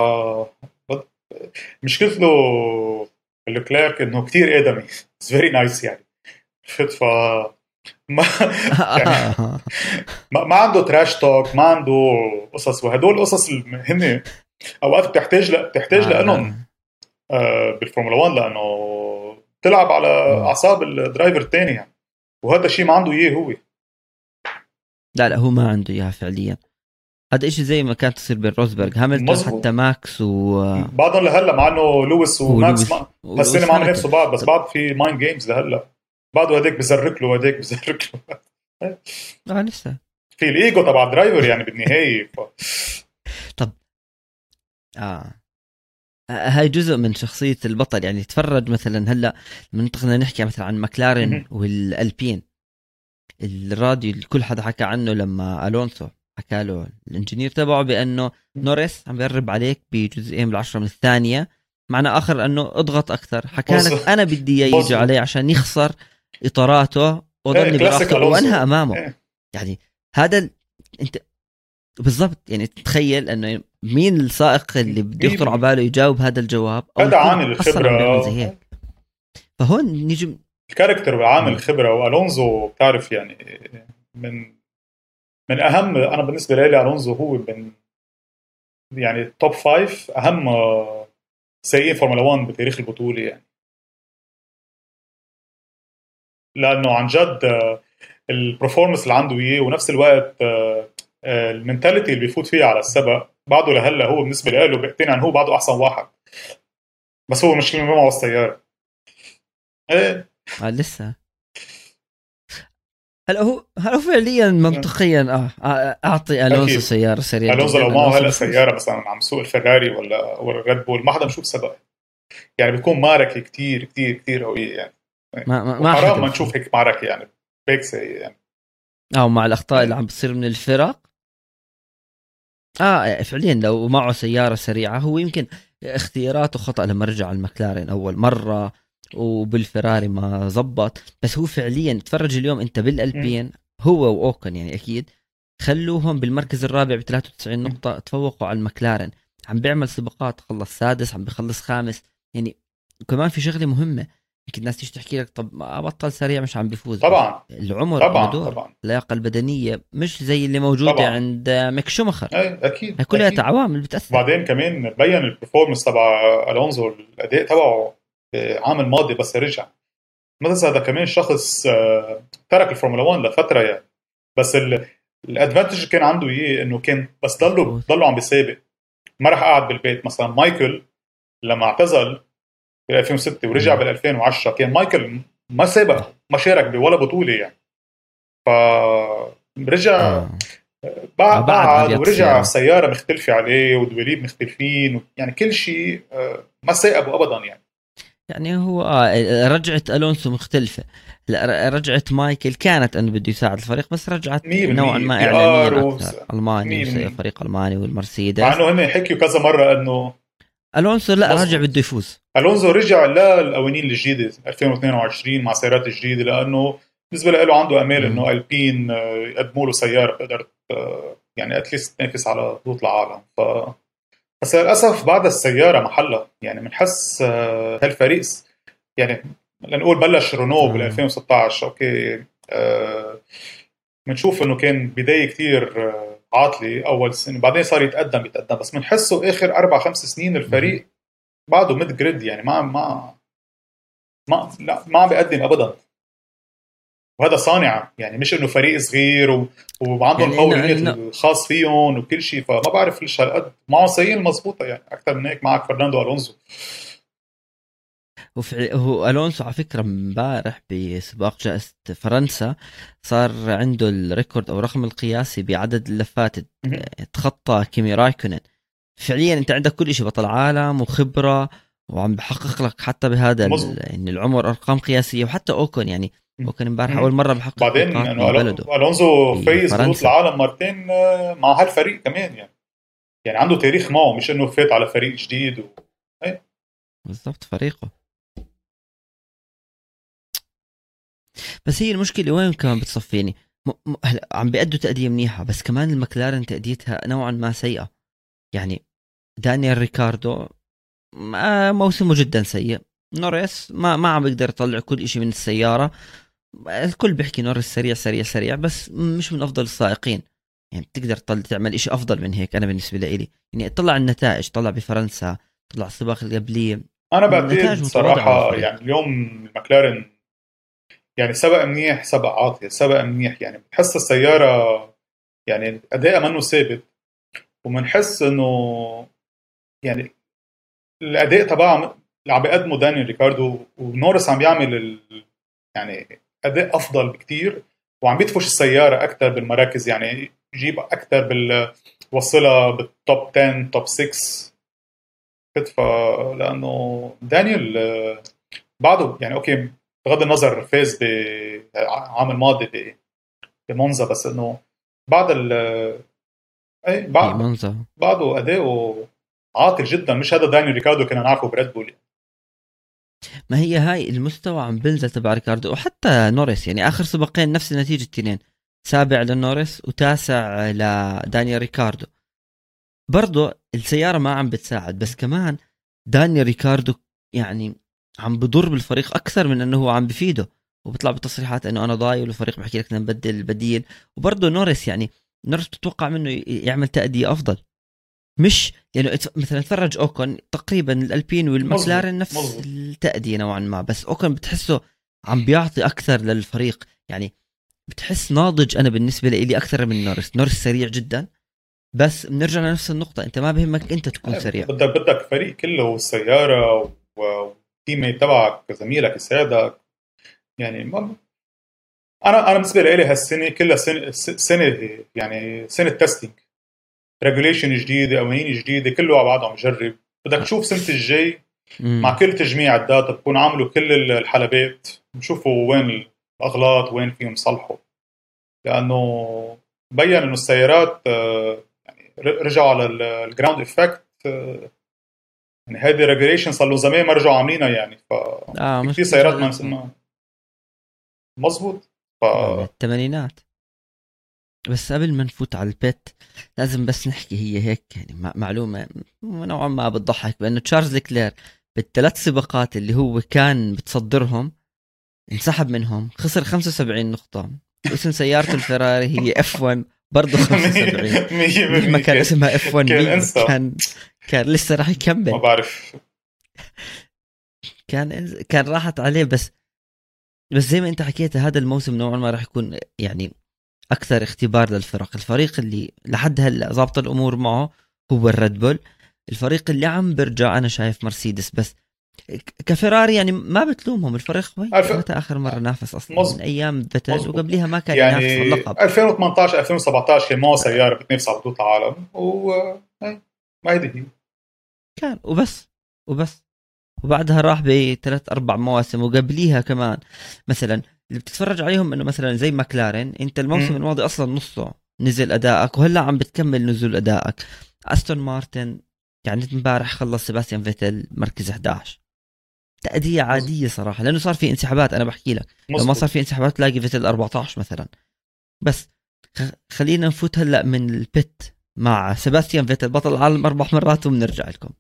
مشكلته لوكليرك انه كتير ادمي اتس فيري نايس يعني. ف ما يعني ما عنده تراش توك، ما عنده قصص، وهدول قصص هن اوقات بتحتاج لا لهم بالفورمولا 1، لانه تلعب على اعصاب الدرايفر الثاني يعني. وهذا الشيء ما عنده اياه هو. لا هو ما عنده اياها فعليا. هذا إشي زي ما كانت تصير بين روزبرغ هاملتون مظبوط. حتى ماكس بعضهم لهلا مع انه لويس وماكس ولويس هالسنه ما عم هاملتون. ينافسوا بعض، بس بعض في مايند جيمز لهلا، بعده هديك بزرك له وهديك بزرك له. لسه في الايجو تبع درايفر يعني بالنهايه طب هاي جزء من شخصية البطل. يعني تفرج مثلا هلا منطقنا نحكي مثلا عن مكلارين والألبين، الراديو اللي كل حدا حكى عنه لما ألونسو حكى له الانجينير تبعه بأنه نوريس عم بيقرب عليك بجزئين بالعشرة من الثانية، معنى آخر أنه اضغط أكثر. حكى لك أنا بدي يجي عليه عشان يخسر إطاراته وضلني براحته وأنها أمامه. يعني هذا أنت بالضبط. يعني تخيل أنه مين السائق اللي بده يخطر على باله يجاوب هذا الجواب، أو هذا عامل الخبرة. زي هيك. فهون نيجي الكاركتر وعامل الخبرة. وألونزو بتعرف يعني من أهم، أنا بالنسبة لي ألونزو هو من يعني توب 5 أهم سائقين فورمولا 1 بتاريخ البطولة يعني. لأنه عن جد البرفورمانس اللي عنده إياه، ونفس الوقت المنتاليتي اللي بيفوت فيها على السبق بعده لهلا هو بالنسبة له بيقتنع أنه هو بعده أحسن واحد، بس هو مشكلة ما معه السيارة. إيه لسه هلا هو فعليا منطقيا اعطي الونسو سياره سريعه. الونسو لو معه هلا سياره مثلا عم سوق الفيراري ولا الريد بول ما حدا بنشوف سبق يعني، بيكون معركه كتير كتير كتير قويه يعني. ما حرام ما نشوف هيك معركه يعني بيكس يعني. مع الاخطاء اللي عم بتصير من الفرق. فعليا لو معه سياره سريعه هو يمكن اختياراته خطا لما رجع المكلارين اول مره وبالفراري ما زبط. بس هو فعليا تفرج اليوم انت بالألبين هو وأوكن يعني اكيد خلوهم بالمركز الرابع ب 93 نقطه، تفوقوا على المكلارين. عم بيعمل سباقات خلص سادس، عم بيخلص خامس. يعني كمان في شغله مهمه يمكن الناس تيجي تحكي لك طب ما بطل سريع مش عم بيفوز. طبعا العمر طبعا دور. طبعا اللياقه البدنيه مش زي اللي موجوده طبعا عند ميك شوماخر. اكيد هي كلها أكيد. عوامل بتاثر. بعدين كمان بين البرفورمانس تبع الونزو الاداء تبعه عام الماضي بس رجع مثلا. هذا كمان شخص ترك الفورمولا 1 لفتره يعني، بس الادفانتج كان عنده اياه انه كان بس ضلوا عم بيسابق، ما راح قاعد بالبيت. مثلا مايكل لما اعتزل بال 2006 ورجع بال 2010 كان مايكل ما سابق ما شارك بولا بطوله يعني، فرجع بعد ورجع سياره مختلفه عليه ودواليب مختلفين يعني كل شيء ما ساقبه ابدا يعني هو رجعة ألونسو مختلفة. رجعة مايكل كانت أنه بده يساعد الفريق، بس رجعت نوعا ما إعلانيا أكثر. ألماني فريق ألماني والمرسيدس، مع أنه هن حكيوا كذا مرة أنه ألونسو لا رجع بده يفوز. ألونسو رجع للقوانين الجديدة 2022 مع سيارات الجديدة، لأنه بالنسبة له عنده أمال أنه ألبين يقدموا له سيارة بتقدر يعني أتليست تنافس على بطولة العالم. بس للأسف بعد السيارة محلها يعني بنحس هالفريق يعني لنقول بلش رونو بال 2016 أوكي بنشوف إنه كان بداية كتير عاطلي أول سنة، بعدين صار يتقدم بس بنحسه آخر 4-5 سنين الفريق بعده ميد جريد يعني ما عم بيقدم أبدا. وهذا صانع يعني، مش إنه فريق صغير وعندهم يعني القوانين الخاص فيهم وكل شيء، فما بعرف ليش هالقد معه سيئين مزبوطة يعني أكثر من هيك معك فرناندو ألونزو. هو ألونسو على فكرة امبارح بسباق جائزة فرنسا صار عنده الريكورد أو الرقم القياسي بعدد اللفات، تخطى كيمي رايكونن. فعليا أنت عندك كل شيء، بطل عالم وخبرة، وعم بحقق لك حتى بهذا يعني العمر أرقام قياسية. وحتى أوكون يعني أوكون امبارح أول مرة بحقق بعدين إنه ألونزو فايز بطولة العالم مرتين مع هالفريق كمان يعني عنده تاريخ معه، مش إنه فات على فريق جديد بالضبط فريقه. بس هي المشكلة وين كمان بتصفيني عم بيأدوا تأدية منيحة، بس كمان المكلارن تأديتها نوعا ما سيئة. يعني دانيال ريكاردو موسمه جدا سيء. نوريس ما عم بيقدر يطلع كل إشي من السيارة. الكل بيحكي نوريس سريع سريع سريع، بس مش من أفضل السائقين. يعني بتقدر تعمل إشي أفضل من هيك. أنا بالنسبة لي يعني طلع النتائج، طلع بفرنسا، طلع السباق اللي قبليه. أنا بعتقد صراحة يعني اليوم المكلارن يعني سبق منيح، سبق عاطل، سبق منيح يعني بتحس السيارة يعني أداء منه ثابت. ومنحس انه يعني الاداء تبعه اللي عم بيقدمه دانيال ريكاردو ونورس عم بيعمل يعني اداء افضل بكتير، وعم بيدفش السياره اكثر بالمراكز، يعني يجيب اكثر وصلها بالتوب 10 توب 6 كتفة. لانه دانيال بعده يعني اوكي بغض النظر فاز بعام الماضي بمونزا، بس انه بعد اي في منظر. بعده اداؤه عاطل جدا، مش هذا دانيال ريكاردو كنا نعرفه بريد بول يعني. ما هي هاي المستوى عم بنزل تبع ريكاردو، وحتى نوريس يعني اخر سباقين نفس النتيجه، التنين سابع لنوريس وتاسع لدانيال ريكاردو. برضو السياره ما عم بتساعد، بس كمان دانيال ريكاردو يعني عم بضر بالفريق اكثر من انه هو عم بفيده، وبيطلع بتصريحات انه انا ضايع والفريق بحكي لك بدنا نبدل البديل. وبرضه نوريس يعني نوريس تتوقع منه يعمل تأدية افضل، مش يعني مثلا تفرج اوكون تقريبا الالبين مظبوط والمكلارن نفس مظبوط. التأدية نوعا ما، بس اوكون بتحسه عم بيعطي اكثر للفريق، يعني بتحس ناضج. انا بالنسبه لي اكثر من نورس. نورس سريع جدا، بس بنرجع لنفس النقطه، انت ما بهمك انت تكون سريع، بدك فريق كله والسياره والتيم تبعك زميلك يساعدك يعني. ما انا بالنسبه لي هالسنه كلها سنه يعني سنه تيستينج، ريجوليشن جديده، قوانين جديده، كله على بعضه عم يجرب. بدك تشوف سنه الجاي مع كل تجميع الداتا بكون عملوا كل الحلبات، نشوفوا وين الاغلاط وين فيهم صلحوا. لانه بين انه السيارات يعني رجعوا على الجراوند افكت، يعني هذه ريجوليشن صار له زمان ما رجعوا عاملينها يعني. ف في مش كثير سيارات ما رجعت مزبوط. ف من الثمانينات. بس قبل ما نفوت على البيت لازم بس نحكي هي هيك يعني معلومة نوعا ما بتضحك، بأنه تشارلز كلير بالثلاث سباقات اللي هو كان بتصدرهم انسحب منهم، خسر 75 نقطة، واسم سيارته الفيراري هي F1 برضه 75. منيح ما 100% كان اسمها F1 كان 100، انسى. كان لسه راح ما يكمل، بعرف. كان راحت عليه. بس زي ما انت حكيت هذا الموسم نوعا ما راح يكون يعني اكثر اختبار للفرق. الفريق اللي لحد هلا ضابط الامور معه هو الريد بول، الفريق اللي عم برجع انا شايف مرسيدس. بس كفراري يعني ما بتلومهم، الفريق عارف متى اخر مره نافس اصلا؟ من مزبوط ايام فيتل، مزبوط. وقبليها ما كان ينافس على يعني اللقب. 2018 2017 كان معه سيارة بتنافس على بطولة العالم ما هيدي هي كان وبس وبعدها راح بثلاث اربع مواسم، وقبليها كمان مثلا اللي بتتفرج عليهم انه مثلا زي ماكلارين، انت الموسم الماضي اصلا نصه نزل ادائك، وهلا عم بتكمل نزول ادائك. استون مارتن يعني امبارح خلص سيباستيان فيتل مركز 11، تأدية عادية صراحة، لأنه صار في انسحابات. أنا بحكي لك لو ما صار مزبوط. في انسحابات تلاقي فيتل 14 مثلا. بس خلينا نفوت هلأ من البيت مع سيباستيان فيتل بطل العالم 4 مرات، وبنرجع لكم.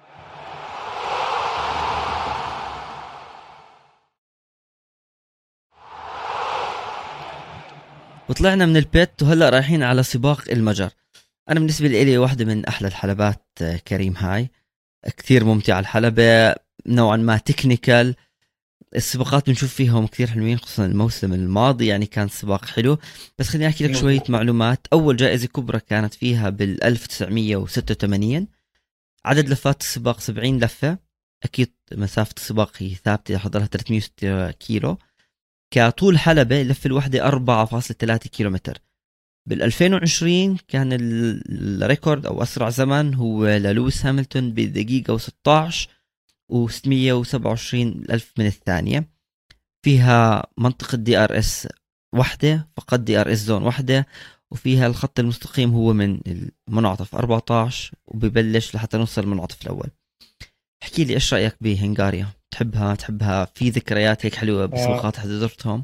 وطلعنا من البيت وهلأ رايحين على سباق المجر. أنا بالنسبة لي واحدة من أحلى الحلبات كريم، هاي كثير ممتعة الحلبة، نوعا ما تكنيكال. السباقات بنشوف فيهم كثير حلوين، خصوصا الموسم الماضي يعني كان سباق حلو. بس خليني أحكي لك شوية معلومات. أول جائزة كبرى كانت فيها بال1986، عدد لفات السباق 70 لفة. أكيد مسافة السباق هي ثابتة، حضرها 306 كيلو. كطول حلبة اللفة الواحدة 4.3 كيلومتر. بال2020 كان الريكورد أو أسرع زمن هو للويس هاملتون بدقيقة و16 و627 ألف من الثانية. فيها منطقة دي ار اس واحدة فقط، دي ار اس زون واحدة، وفيها الخط المستقيم هو من المنعطف 14 وبيبلش لحتى نوصل المنعطف الأول. احكي لي ايش رأيك بهنغاريا؟ تحبها في ذكريات هيك حلوة بسباقات حضرتهم؟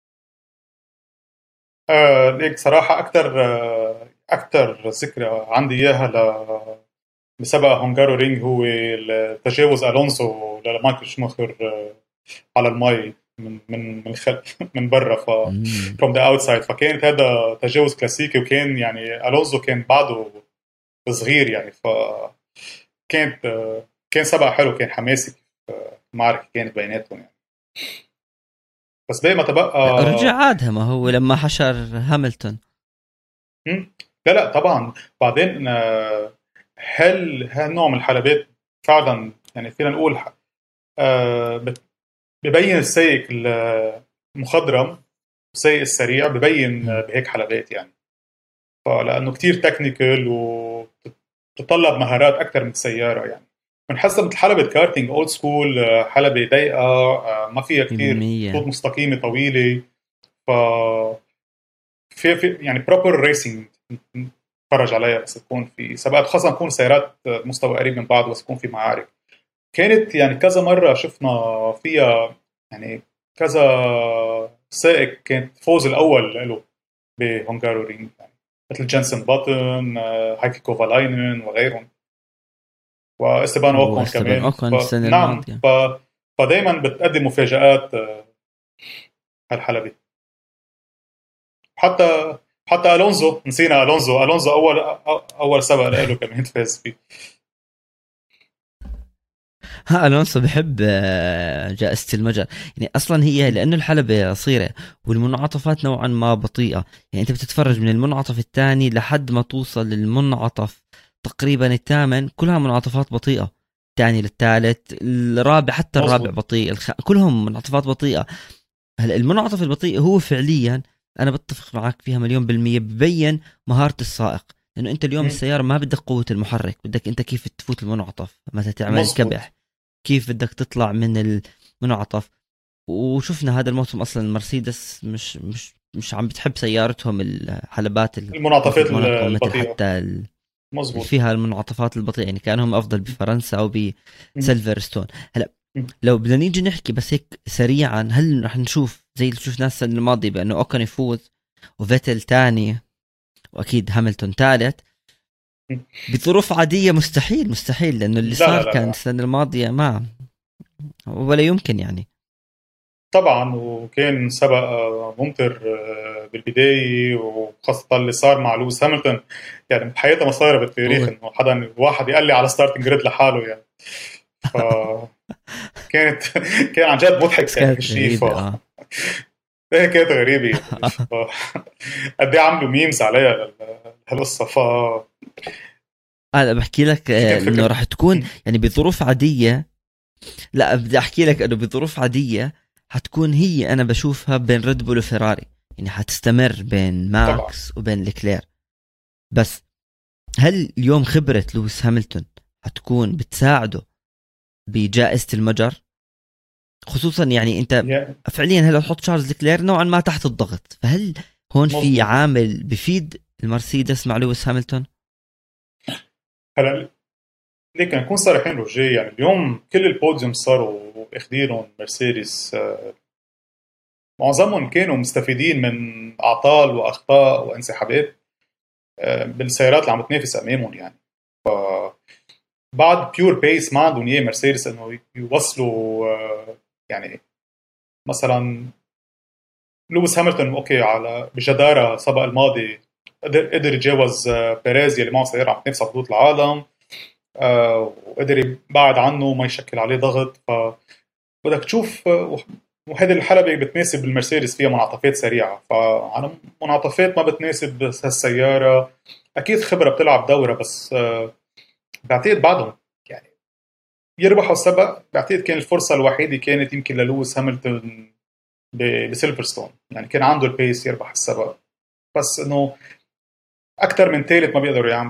ليك صراحة أكتر ذكرى عندي إياها بسبق هونجارو رينج هو تجاوز ألونسو لمايكل شوماخر على المي من من برا from the outside. فكانت هذا تجاوز كلاسيكي، وكان يعني ألونسو كان بعده صغير يعني. كانت كان سبق حلو، كان حماسي. معركة كانت بيناتهم يعني. بس باقي ما تبقى رجع عادها، ما هو لما حشر هاملتون. لا طبعا. بعدين هل هالنوع من الحلبات فعلا يعني فينا نقول ببين السائق المخضرم والسائق السريع، ببين بهيك حلبات يعني. فلأنه كتير تكنيكال وتتطلب مهارات أكثر من السيارة يعني. بنحسها مثل حلبة كارتينج أولد سكول، حلبة ضيقة، ما فيها كتير خطوط 100%. مستقيمة طويلة. ف في يعني بروبر ريسنج نتفرج عليها بس تكون في سباقات، خاصة تكون سيارات مستوى قريب من بعض، بس تكون في معارك. كانت يعني كذا مرة شفنا فيها يعني كذا سائق كانت فوز الأول له بهونغارورينج يعني، مثل جنسن باتن، هايكي كوفالاينن وغيرهم، واستبان اوكون واستبان كمان. اوكون السنة فنعم الماضية. فدايما بتقدم مفاجآت هالحلبة. حتى الونزو، نسينا الونزو اول سبق له كمان فاز فيه. ها الونسو بحب جائزة المجر. يعني اصلا هي لانه الحلبة قصيرة والمنعطفات نوعا ما بطيئة، يعني انت بتتفرج من المنعطف الثاني لحد ما توصل للمنعطف تقريبا الثامن، كلها منعطفات بطيئة. الثاني للثالث الرابع، حتى الرابع مزبوط. بطيء، كلهم منعطفات بطيئة. هلا المنعطف البطيء هو فعليا، انا بتفق معك فيها مليون بالمية، ببين مهارة السائق. لانه انت اليوم السيارة ما بدك قوة المحرك، بدك انت كيف تفوت المنعطف، متى تعمل مزبوط. الكبح، كيف بدك تطلع من المنعطف. وشفنا هذا الموسم اصلا المرسيدس مش عم بتحب سيارتهم الحلبات المنعطفات مثل موناكو، مثل البطيئة. حتى اللي مزبوط. فيها المنعطفات البطيئة، يعني كانهم افضل بفرنسا او م- بسيلفرستون. هلا م- لو بدنا نيجي نحكي بس هيك سريعا، هل رح نشوف زي اللي شفناه السنة الماضية بأنه أوكن يفوز وفيتل تاني وأكيد هاملتون ثالث م. بظروف عادية؟ مستحيل مستحيل، لأنه اللي لا لا صار لا كان لا السنة الماضية ما ولا يمكن يعني. طبعا. وكان سبق ممطر بالبداية، وخاصة اللي صار مع لويس هامilton، يعني بحياتها ما صايرة بالتاريخ هو انه حدا واحد يقلي على ستارتنج جريد لحاله يعني. فكانت كان عن جد بس مضحك يعني كانت هالشيء. غريبة اه. ايه كانت غريبة يعني. قد ايه عملوا ميمز عليها هالقصة. أنا بحكي لك فيك إنه تفكر. راح تكون يعني بظروف عادية. لا بدي أحكي لك إنه بظروف عادية حتكون هي، أنا بشوفها بين ريد بول وفيراري، يعني حتستمر بين طبعا. ماكس وبين ليكلير. بس هل اليوم خبرة لويس هامilton حتكون بتساعده بجائزة المجر؟ خصوصا يعني انت يعني فعليا هلا تحط شارلز كلير نوعا ما تحت الضغط، فهل هون في مزبوط. عامل بفيد المرسيدس مع لويس هامilton؟ هلا ليك نكون صريحين رجاء، يعني اليوم كل البوديوم صاروا اخذينهم مرسيدس، معظمهم كانوا مستفيدين من اعطال واخطاء وانسحابات بالسيارات اللي عم تنافس امامهم يعني. بعد بيور بيس ما عندهم اياه مرسيدس انه يوصلوا يعني مثلا لويس هامilton اوكي على بجداره سبق الماضي قدر يتجاوز بيريز يلي معه سياره عم تنافس على بطوله العالم، وقدر يبعد عنه وما يشكل عليه ضغط. فبدك تشوف وهذه الحلبة بتناسب المرسيدس، فيها منعطفات سريعة، فعلى منعطفات ما بتناسب هالسيارة أكيد خبرة بتلعب دورة. بس بعتقد بعدهم يعني يربحوا السبق. بعتقد كان الفرصة الوحيدة كانت يمكن للويس هامilton بسيلفرستون، يعني كان عنده البيس يربح السبق، بس إنه أكثر من ثالث ما بيقدروا يعملوا.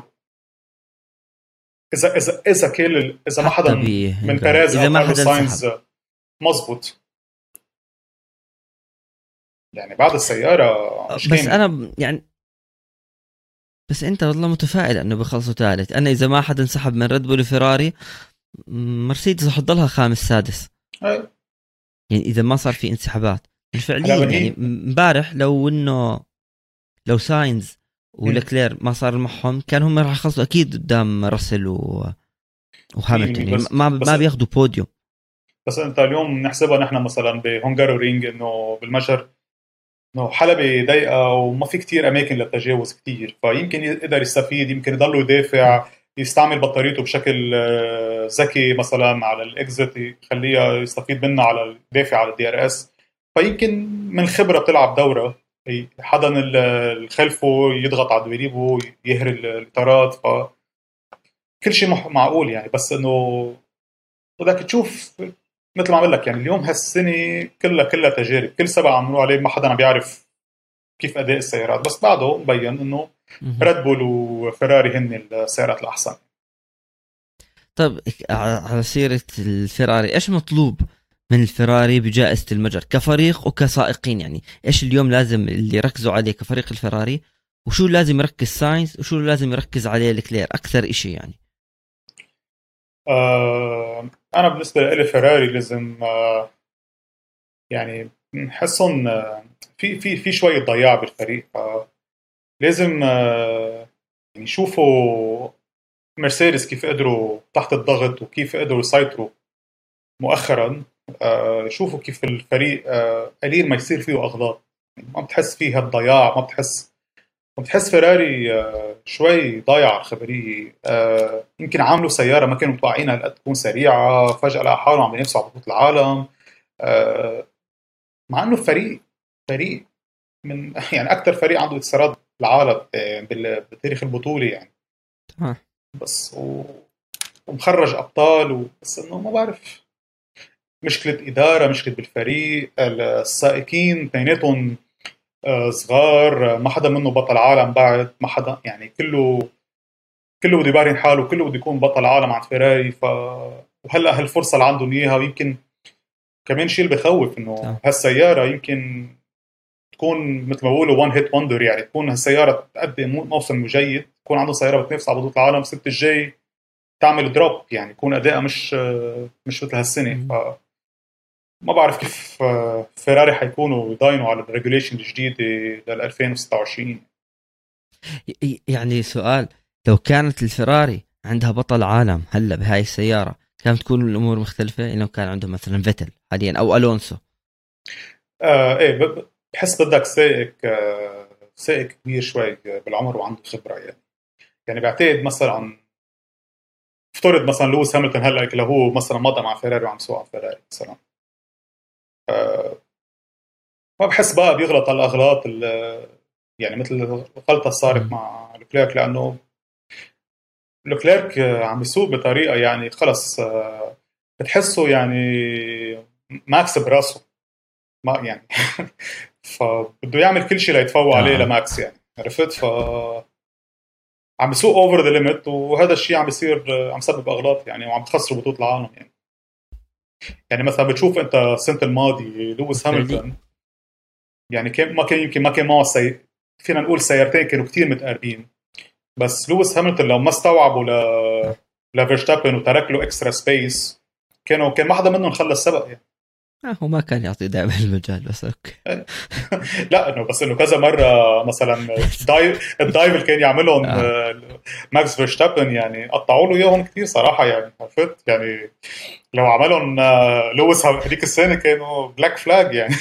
إذا ما حدا حتى من بهنغاري بيريز اذا أو ما كارلوس حدا انسحب. ساينز مزبوط، يعني بعد السيارة مش بس كاملة. انا يعني بس انت والله متفائل انه بيخلصوا ثالث. انا اذا ما حدا انسحب من ريد بول وفيراري، مرسيدس رح تضلها خامس سادس، أي. يعني اذا ما صار في انسحابات. يعني هلا فعليا ما يعني هي. امبارح لو ساينز مم. ولكلير ما صار معهم، كان هم راح يخلصوا اكيد قدام راسل وهامilton، 100%. يعني بس ما بياخذوا بوديوم. بس انت اليوم نحسبها نحن مثلا بهونجارو رينج انه بالمجر انه حلبة ضيقة وما في كتير اماكن للتجاوز كتير، فيمكن يقدر يستفيد، يمكن يضل مم. يدافع، يستعمل بطاريته بشكل ذكي مثلا على الاكزit، يخليها يستفيد منها على الدافع على الدي ار اس. فيمكن من خبرة بتلعب دورة حدا الخلفه يضغط على دويريبو يهري الاطارات، ف كل شيء معقول يعني. بس انه بدك تشوف مثل ما عم لك يعني اليوم هالسنه كلها تجارب، كل سبق عملوا عليه ما حدا عم بيعرف كيف اداء السيارات، بس بعده مبين انه ريد بول وفيراري هن السيارات الاحسن. طيب على سيرة الفيراري، ايش مطلوب من الفيراري بجائزة المجر كفريق وكسائقين؟ يعني ايش اليوم لازم اللي يركزوا عليه كفريق الفيراري، وشو لازم يركز ساينز، وشو لازم يركز عليه لكلير اكثر اشي يعني؟ انا بالنسبه لي فيراري لازم يعني نحسهم في شويه ضياع بالفريق، لازم يعني يشوفوا مرسيدس كيف قدروا تحت الضغط وكيف قدروا يسيطروا مؤخرا. يشوفوا كيف الفريق قليل ما يصير فيه أغلاط، ما بتحس فيه هالضياع، ما بتحس فيراري شوي ضايع على الخبرية. يمكن عاملوا سيارة ما كانوا متوقعينها هالقد تكون سريعة، فجأة لقوا حالهم عم ينافسوا على بطولة العالم. مع انه فريق من يعني اكثر فريق عنده انتصارات بالعالم بتاريخ البطولة يعني. بس ومخرج ابطال بس انه ما بعرف، مشكله اداره، مشكله بالفريق، السائقين اثنيناتهم صغار، ما حدا منه بطل عالم بعد، ما حدا يعني كله بده يبارين حاله، كله بده يكون بطل عالم عند فيراري. وهلا هالفرصه اللي عندهم اياها، ويمكن كمان شيء اللي بخوف انه هالسياره يمكن تكون مثل ما بقولوا وان هيت وندر، يعني تكون هالسياره تقدم موسم جيد، تكون عنده سياره بتنافس على بطوله العالم السنه الجاي تعمل دروب، يعني يكون ادائها مش مثل هالسنه. ما بعرف كيف فيراري حيكونوا يضاينوا على الريجوليشن الجديده لل 2026. يعني سؤال، لو كانت الفيراري عندها بطل عالم هلا بهاي السياره كانت تكون الامور مختلفه؟ لو كان عندهم مثلا فيتل حاليا او الونسو. ايه بحس بدك سائق كبير شوي بالعمر وعنده خبره يعني بعتقد مثلا افترض مثلا لويس هامilton هلا لو هو مثلا مضى مع فيراري وعم يسوق على فيراري مثلا، ما بحس بقى بيغلط هالاغلاط يعني مثل الغلطه صارت مع لوكليرك، لانه لوكليرك عم يسوق بطريقه يعني خلص بتحسه يعني ماكس براسه ما يعني فبده يعمل كل شيء ليتفوق عليه لماكس يعني، عرفت؟ عم يسوق اوفر ذا ليميت، وهذا الشيء عم بيصير عم سبب اغلاط يعني، وعم تخسروا بطوله العالم يعني مثلا بتشوف انت السنه الماضي لويس هامilton يعني يمكن ما كان معه فينا نقول سيارتين كانوا كتير متقاربين، بس لويس هامilton لو ما استوعبوا لفيرستابن وترك له اكسترا سبيس كان ما حدا منهم خلص سبق يعني. هو ما كان يعطي دائما المجال، بس اوكي. لا انه كذا مره مثلا الدايف اللي كان يعملهم ماكس فيرستابن يعني قطعوا له اياهم كثير صراحه يعني، عرفت يعني لو عملهم لويس هذيك السنه كانوا بلاك فلاج يعني.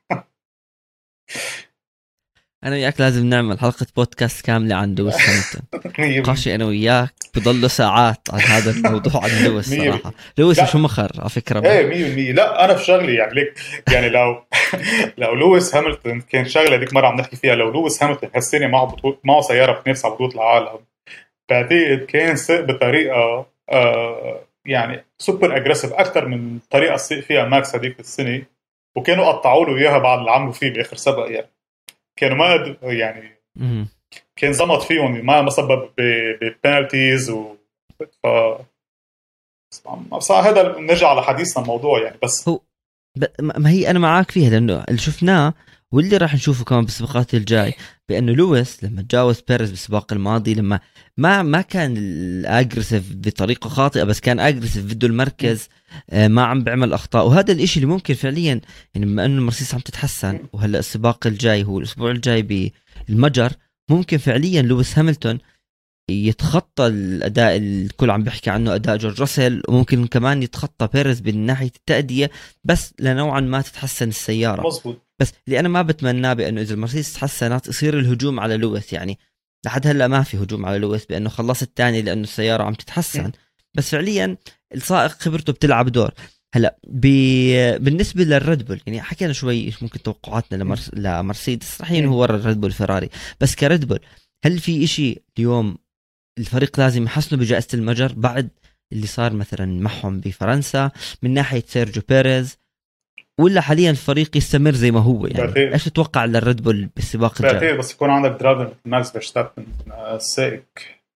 انا وياك لازم نعمل حلقه بودكاست كامله عن لويس هامilton. قاشي انا وياك بضل ساعات عن هذا الموضوع عن لويس صراحه. لويس شو مخر على فكره. ايه 100%. لا انا في شغلي يعني ليك يعني لو لويس هامilton كان شغله ديك مره عم نحكي فيها، لو لويس هامilton هالسنه معه سياره بتنافس على بطوله العالم، بعتقد كان ساق بطريقه يعني سوبر اجريسيف اكثر من طريقه ساق فيها ماكس هذيك السنه، وكانوا قطعوا له اياها بعد اللي عملوا فيه باخر سبق يعني. كانوا ما يعني كان زمط فيهم، ما سبب ببنالتيز ف بصراحه هذا نرجع على حديثنا الموضوع يعني. بس هو ما هي انا معاك فيها، لانه اللي شفناه واللي راح نشوفه كمان بالسباقات الجاي، بانه لويس لما تجاوز بيريز بالسباق الماضي، لما ما كان الاجريسيف بطريقه خاطئه، بس كان اجريسيف بده المركز، ما عم بيعمل اخطاء. وهذا الاشي اللي ممكن فعليا يعني بما انه المرسيدس عم تتحسن، وهلا السباق الجاي هو الاسبوع الجاي بالمجر، ممكن فعليا لويس هامilton يتخطى الاداء الكل عم بيحكي عنه، اداء جورج راسل، وممكن كمان يتخطى بيريز من ناحيه التأدية، بس لنوعا ما تتحسن السياره. مزبوط. بس اللي انا ما بتمناه بانه اذا المرسيدس تحسنت يصير الهجوم على لويس، يعني لحد هلا ما في هجوم على لويس بانه خلص الثاني لانه السياره عم تتحسن، بس فعليا السائق خبرته بتلعب دور. هلا بالنسبه للريد بول، يعني حكينا شوي ايش ممكن توقعاتنا لمرسيدس، راح هو ورا الريد بول فيراري. بس كريد بول، هل في إشي اليوم الفريق لازم يحسنه بجائزة المجر بعد اللي صار مثلا معهم بفرنسا من ناحية سيرجيو بيريز، ولا حاليا الفريق يستمر زي ما هو؟ يعني بعتقد ايش تتوقع للريد بول بالسباق الجاي؟ بس يكون عندك دراجون ماكس فيرستابن، سائق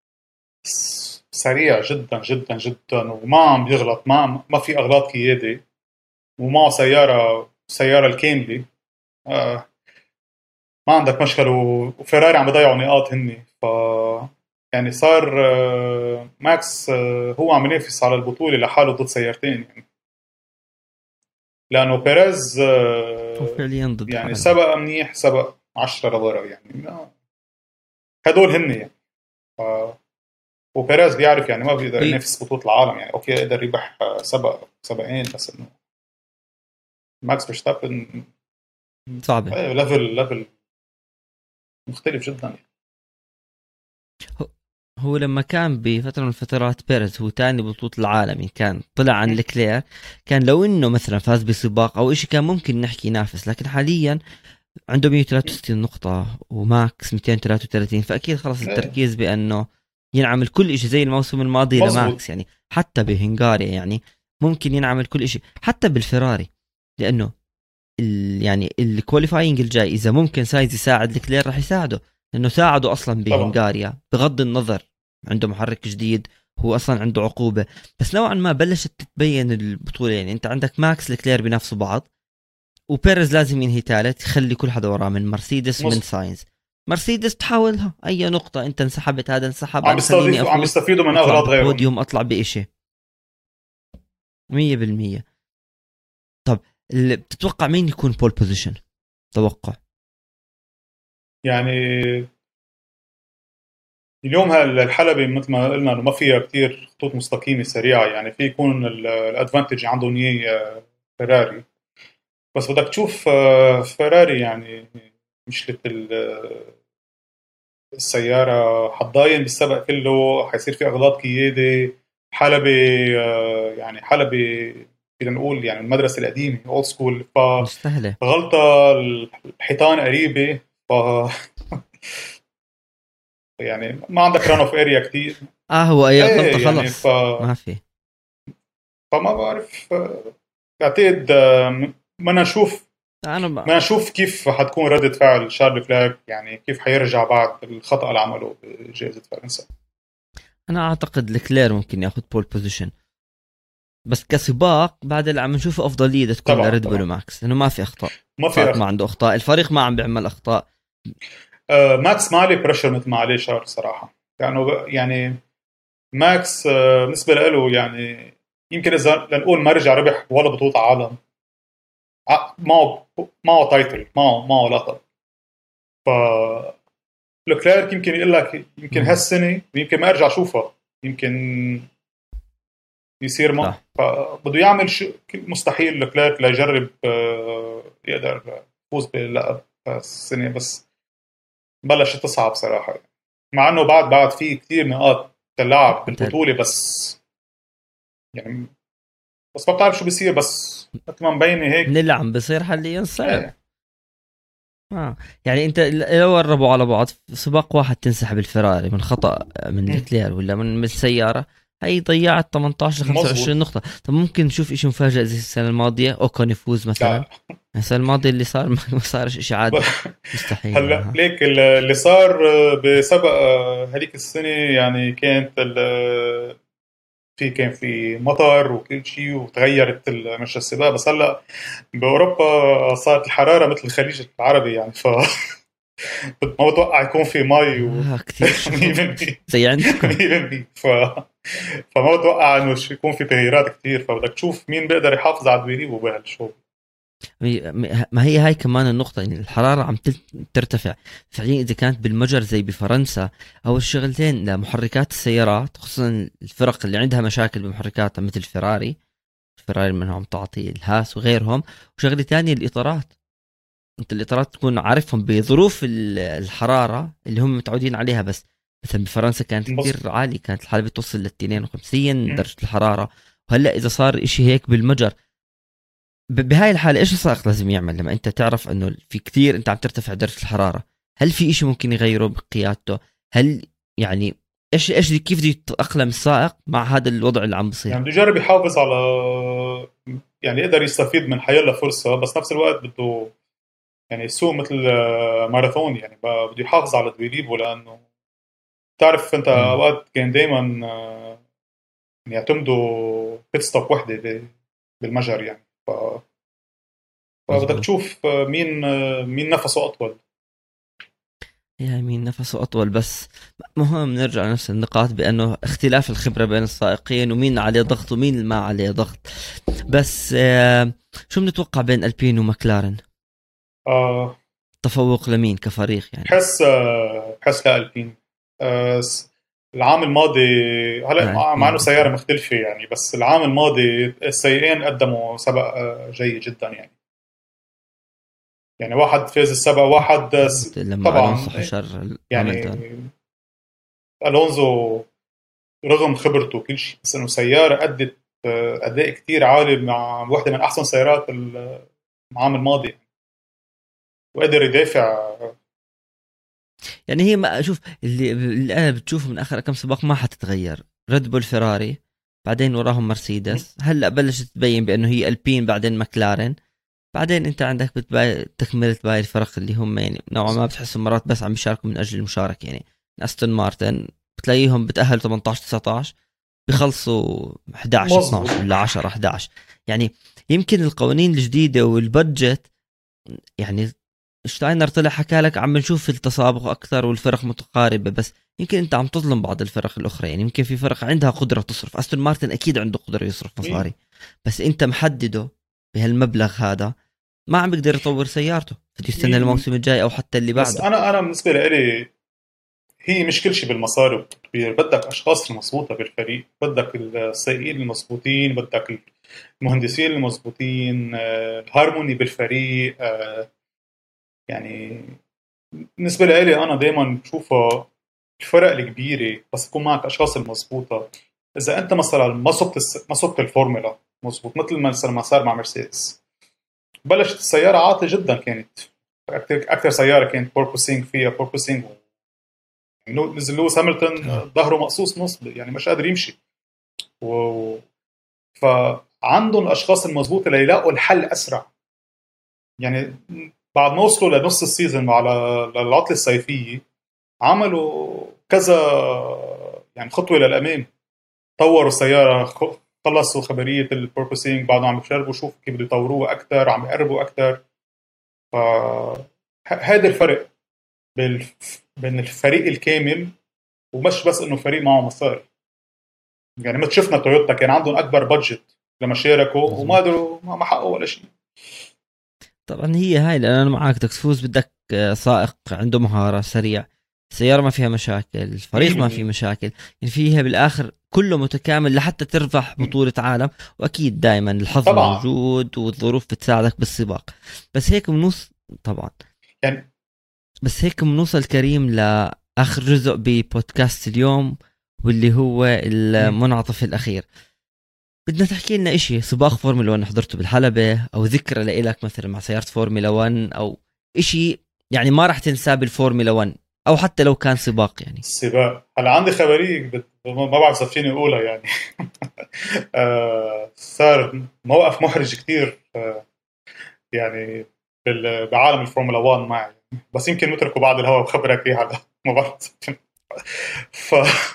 سريع جدا جدا جدا، وما عم بيغلط، ما في اغلاط قيادي، ومعه سياره الكامله. ما عندك مشكل، وفيراري عم بيضيعوا نقاط هني. يعني صار ماكس هو عم ينافس على البطولة لحاله ضد سيارتين، يعني لأنه بيريز هو فعليا ضد يعني حاله. سبق منيح، سبق 10 لورا، يعني هدول هن يعني. وبيريز بيعرف يعني ما بيقدر ينافس بطولة العالم، يعني أوكي قدر يربح سبقين، بس إنه ماكس فيرستابن صعبة. ليفل مختلف جدا يعني. هو لما كان بفترة من الفترات بيرز هو تاني بطولة العالم، يعني كان طلع عن لكلير، كان لو انه مثلا فاز بسباق او اشي كان ممكن نحكي ينافس، لكن حاليا عنده 163 نقطة وماكس 233، فاكيد خلص التركيز بانه ينعمل كل اشي زي الموسم الماضي مزبوط. لماكس، يعني حتى بهنغاريا يعني ممكن ينعمل كل اشي حتى بالفراري، لانه يعني الكواليفاينج الجاي اذا ممكن سايز يساعد لكلير راح يساعده، لانه ساعده اصلا طبعا بهنغاريا بغض النظر عنده محرك جديد، هو اصلا عنده عقوبه، بس نوعا ما بلشت تتبين البطوله، يعني انت عندك ماكس لكلير بنفسوا بعض، وبيرز لازم ينهي ثالث يخلي كل حدا وراه من مرسيدس ومن ساينز. مرسيدس تحاولها اي نقطه، انت انسحبت هذا انسحب، انا خليني عم افوز بيستفيدوا من اطلع اغلاط غيرهم. ببوديوم اطلع بإشي 100%. طب اللي بتتوقع مين يكون بول بوزيشن؟ توقع يعني اليوم الحلبة مثل ما قلنا انه ما فيها كتير خطوط مستقيمة سريعة، يعني في يكون الادفانتج عندهم اياه فيراري، بس بدك تشوف فيراري يعني مش السيارة حتضاين بالسبق كله، حيصير في اغلاط قيادة. حلبة يعني حلبة بدنا نقول يعني المدرسة القديمة اولد سكول، مستاهله. فغلطة الحيطان قريبة، ف يعني ما عندك ران اوف اريا كتير. هو اي غلطة ايه يعني خلص ما في. فما بعرف بعتقد بدنا نشوف انا بدنا نشوف كيف حتكون ردة فعل شارل كلاك، يعني كيف حيرجع بعد الخطأ اللي عمله بجائزة فرنسا. انا اعتقد لكلير ممكن ياخذ بول بوزيشن، بس كسباق بعد اللي عم نشوفه افضليه تكون طبعا لريد بول طبعا وماكس، لانه ما في اخطاء، ما في فات ما عنده اخطاء، الفريق ما عم بيعمل اخطاء. ماكس ما عليه بريشر مثل ما عليه شارل صراحة، يعني ماكس بالنسبة له يعني يمكن إذا لنقول ما رجع ربح ولا بطولة عالم، معه تايتل، معه لقب. ف لوكليرك يمكن يقول لك يمكن هالسنة ويمكن ما ارجع اشوفها، يمكن يصير ما صح. فبده يعمل مستحيل لوكليرك ليجرب يقدر يفوز باللقب السنة، بس بلشت تصعب صراحة، مع انه بعد في كثير نقاط تلعب بالبطولة، يعني بس ما بتعرف شو بيصير، بس مثل ما مبينة من هيك. اللي عم بصير حاليا صعب. ايه يعني انت لو قربوا على بعض في سباق واحد تنسحب الفراري من خطأ من الكلير ولا من السيارة، هي ضيعت 18 ل 25 مزبوط. نقطة. طب ممكن نشوف اشي مفاجئ زي السنة الماضية اوكون يفوز مثلا؟ لا السنة الماضية اللي صار ما صارش اشي عادي، مستحيل هلا ها. ليك اللي صار بسبق هذيك السنة، يعني كانت كان في مطر وكل شيء وتغيرت مجرى السباق، بس هلا باوروبا صارت الحراره مثل الخليج العربي، يعني ما بتوقع يكون في مي كتير شغل 100% زي عندكم. 100% فما بتوقع انه يكون في تغييرات كتير، فبدك تشوف مين بيقدر يحافظ على الدويري بهالشغل. ما هي هاي كمان النقطة، يعني الحرارة عم ترتفع فعليا. إذا كانت بالمجر زي بفرنسا، أول شغلتين لمحركات السيارات خصوصا الفرق اللي عندها مشاكل بمحركاتها مثل فيراري منهم تعطي الهاس وغيرهم، وشغلة تانية الإطارات. أنت الإطارات تكون عارفهم بظروف الحرارة اللي هم متعودين عليها، بس مثلا بفرنسا كانت كتير عالية، كانت الحالة بتوصل ل 52 درجة الحرارة، وهلأ إذا صار إشي هيك بالمجر بهاي الحالة إيش السائق لازم يعمل لما أنت تعرف إنه في كتير أنت عم ترتفع درجة الحرارة؟ هل في إشي ممكن يغيره بقيادته؟ هل يعني إيش كيف بده يتأقلم السائق مع هذا الوضع اللي عم بصير؟ يعني بده يجرب يحافظ على، يعني يقدر يستفيد من حيلا فرصة، بس نفس الوقت بده يعني يسوق مثل ماراثون، يعني بده يحافظ على تدريبه، لأنه تعرف أنت امم أوقات كان دايما يعني يعتمدوا بيت ستوب وحدة بالمجر يعني فبدك مزبوط. تشوف مين نفسه أطول. يعني مين نفسه أطول، بس مهم نرجع لنفس النقاط بأنه اختلاف الخبرة بين السائقين ومين عليه ضغط ومين ما عليه ضغط. بس شو بنتوقع بين ألبين ومكلارن؟ آه تفوق لمين كفريق يعني؟ بحس لا ألبين. العام الماضي، هلا مع انه ألبين سياره أكيد. مختلفه يعني، بس العام الماضي السيئين قدموا سبق جيد جدا يعني واحد فاز السبق، واحد لما ألونسو طبعا حشر يعني هاملتون. الونزو رغم خبرته وكل شيء، بس انه سياره ادت اداء كتير عالي مع واحده من احسن سيارات العام الماضي، وقدر يدافع. يعني هي ما أشوف اللي أنا بتشوفه من آخر كم سباق ما حتتغير. ريد بول فيراري، بعدين وراهم مرسيدس، هلأ بلشت تبين بأنه هي ألبين بعدين مكلارن، بعدين انت عندك تكملة باقي الفرق اللي هم يعني نوعا ما بتحسوا مرات بس عم بيشاركوا من اجل المشاركة. يعني استون مارتن بتلاقيهم بتأهلوا 18 19 بخلصوا 11 مظبوط. 12 ولا 10 11. يعني يمكن القوانين الجديدة والبادجت، يعني شتاينر طلع حكى لك عم نشوف التسابق اكثر والفرق متقاربة، بس يمكن انت عم تظلم بعض الفرق الاخرى. يعني يمكن في فرق عندها قدرة تصرف، استون مارتن اكيد عنده قدرة يصرف مين؟ مصاري، بس انت محدده بهالمبلغ هذا، ما عم بيقدر يطور سيارته، بده يستنى مين؟ الموسم الجاي او حتى اللي بس بعده. انا بالنسبه لي هي مش كل شيء بالمصاري والتطوير، بدك اشخاص المضبوطه بالفريق، بدك السائقين المضبوطين، بدك المهندسين المضبوطين، الهارموني بالفريق. يعني بالنسبه لي انا دائما بشوفها الفرق الكبيره بس يكون معك اشخاص المضبوطه. اذا انت مثلا ما سقت الفورمولا مضبوط، مثل ما صار مع مرسيدس، بلشت السياره عاطله جدا كانت، اكثر سياره كانت بوربوسينج فيها بوربوسينج، نزل لويس هامilton اه ظهره مقصوص نص، يعني مش قادر يمشي. و... فعندهم الاشخاص المضبوطه ليلاقوا الحل اسرع. يعني بعد ما وصلوا لنص السيزون على العطله الصيفيه، عملوا كذا يعني خطوه للامام، طوروا السياره، خلصوا خبريه البوربوسينج، بعدهم عم بيجربوا شوف كيف بده يطوروها اكثر، عم يقربوا اكثر. ف هذا الفرق بين الفريق الكامل، ومش بس انه فريق معه مصاري. يعني مثل شفنا تويوتا كان عندهم اكبر بادجت لما شاركوا وما مزبوط. قدروا، ما حققوا ولا شيء. طبعا هي هاي، لان انا معك بدك تفوز بدك سائق عنده مهارة سريع، السيارة ما فيها مشاكل، الفريق ما فيه 100%. مشاكل، يعني فيها بالاخر كله متكامل لحتى تربح بطولة عالم. واكيد دائما الحظ طبعا موجود والظروف بتساعدك بالسباق. بس هيك بنوصل طبعا. يعني بس هيك بنوصل كريم لاخر جزء ببودكاست اليوم، واللي هو المنعطف الاخير. بدنا تحكي لنا إشي سباق فورمولا 1 حضرته بالحلبة، أو ذكرى لإلك مثلا مع سيارة فورمولا 1، أو إشي يعني ما راح تنساه بالفورمولا 1، أو حتى لو كان سباق يعني. السباق، هلا عندي خبرية ما بعرف اذا فيني اقولها يعني. صار موقف محرج كتير يعني بعالم الفورمولا 1 معي، بس يمكن نتركه بعد الهوا بخبرك اياها. هلا ما بعرف. ف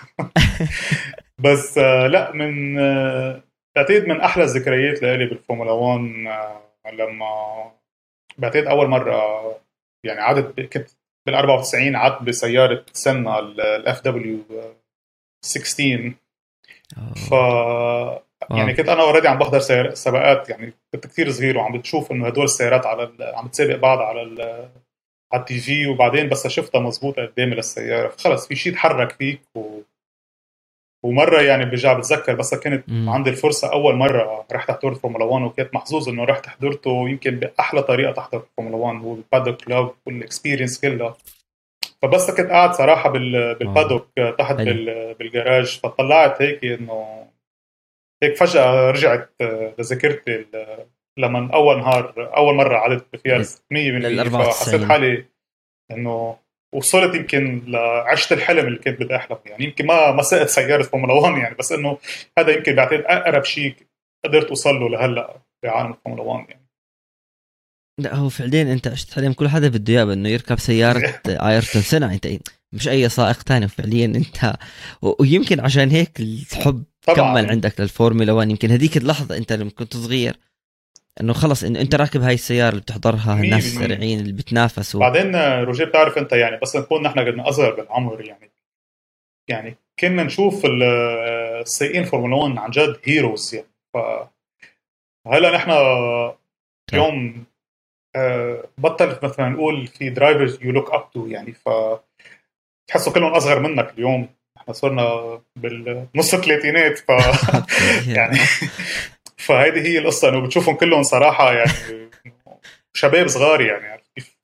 بس لا، من بعتقد من احلى الذكريات لإلي بالفورمولا 1 لما بعتقد اول مره يعني كنت بال 94 عدت بسياره سنة الاف دبليو 16. ف أوه. يعني واو. كنت انا اوريدي عم بحضر سباقات، يعني كنت كثير صغير وعم بتشوف انه هدول السيارات عم بتسابق بعض على التي في، وبعدين بس شفتها مزبوطه قدامي للسياره، فخلص في شيء تحرك فيك. ومره يعني برجع بتذكر، بس كانت أمم. عندي الفرصه اول مره رحت احضر فورمولا 1، وكنت محظوظ انه رحت حضرته يمكن باحلى طريقه تحضر فورمولا 1، هو البادوك كلاب والاكسبيرينس كلها. فبس كنت قاعد صراحه واو. بالبادوك تحت حلو. بالجراج، فطلعت هيك انه هيك فجاه رجعت لذاكرتي لما اول مره عدت فيها 100%، فحسيت حالي انه وصلت يمكن لعشت الحلم اللي كنت بدي احلمه. يعني يمكن ما سقت سياره فورمولا 1 يعني، بس انه هذا يمكن بعتقد اقرب شيء قدرت اوصل له لهلا بعالم الفورمولا 1 يعني. لا هو فعليا انت عشت حلم كل حدا بده اياه، انه يركب سياره ايرتون سنة. انت مش اي سائق تاني فعليا انت، ويمكن عشان هيك الحب طبعاً. كمل عندك للفورمولا 1. يمكن هذيك اللحظه انت لما كنت صغير انه خلص إن انت راكب هاي السياره اللي بتحضرها الناس السريعين اللي بتنافسوا. بعدين روجيه بتعرف انت يعني بس نكون نحن قدنا اصغر بالعمر يعني كنا نشوف السائقين فورمولا 1 عن جد هيروز يعني. فهلا نحن اليوم بطل مثلا نقول في درايفرز يو لوك اب تو يعني، تحسوا كلهم اصغر منك اليوم. احنا صرنا بالنص الثلاثينات يعني فهيدي هي القصه، انه بتشوفهم كلهم صراحه يعني شباب صغار يعني، عارف كيف؟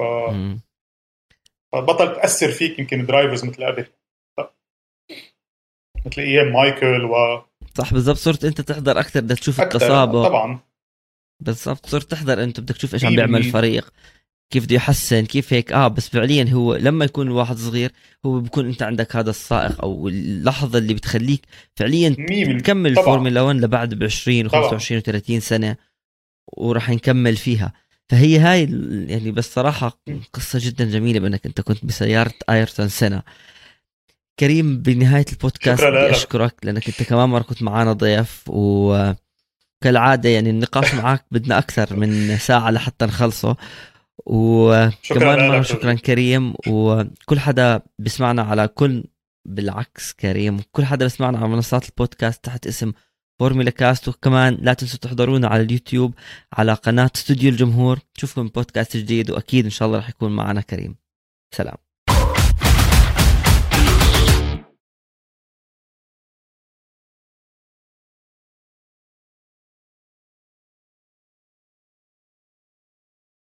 فبطل تاثر فيك يمكن درايفرز مثل قبل، مثل ايام مايكل صح بالضبط. صرت انت تحضر اكثر بدك تشوف التسابق طبعا. بالضبط صرت تحضر، انت بدك تشوف ايش عم بيعمل الفريق، كيف بده يحسن، كيف هيك. بس فعليا هو لما يكون الواحد صغير هو بيكون انت عندك هذا السائق او اللحظه اللي بتخليك فعليا تكمل الفورمولا 1 لبعد ب20 و25 و30 سنه وراح نكمل فيها. فهي هاي يعني بس صراحه قصه جدا جميله بانك انت كنت بسياره ايرتون سنة. كريم بنهايه البودكاست بدي اشكرك لانك انت كمان مره كنت معنا ضيف، وكالعاده يعني النقاش معك بدنا اكثر من ساعه لحتى نخلصه. وكمان مرة شكرا كريم. وكل حدا بسمعنا على بالعكس كريم، كل حدا بسمعنا على منصات البودكاست تحت اسم فورمولا كاست. وكمان لا تنسوا تحضرونا على اليوتيوب على قناة استوديو الجمهور. نشوفكم بودكاست جديد، وأكيد إن شاء الله رح يكون معنا كريم. سلام.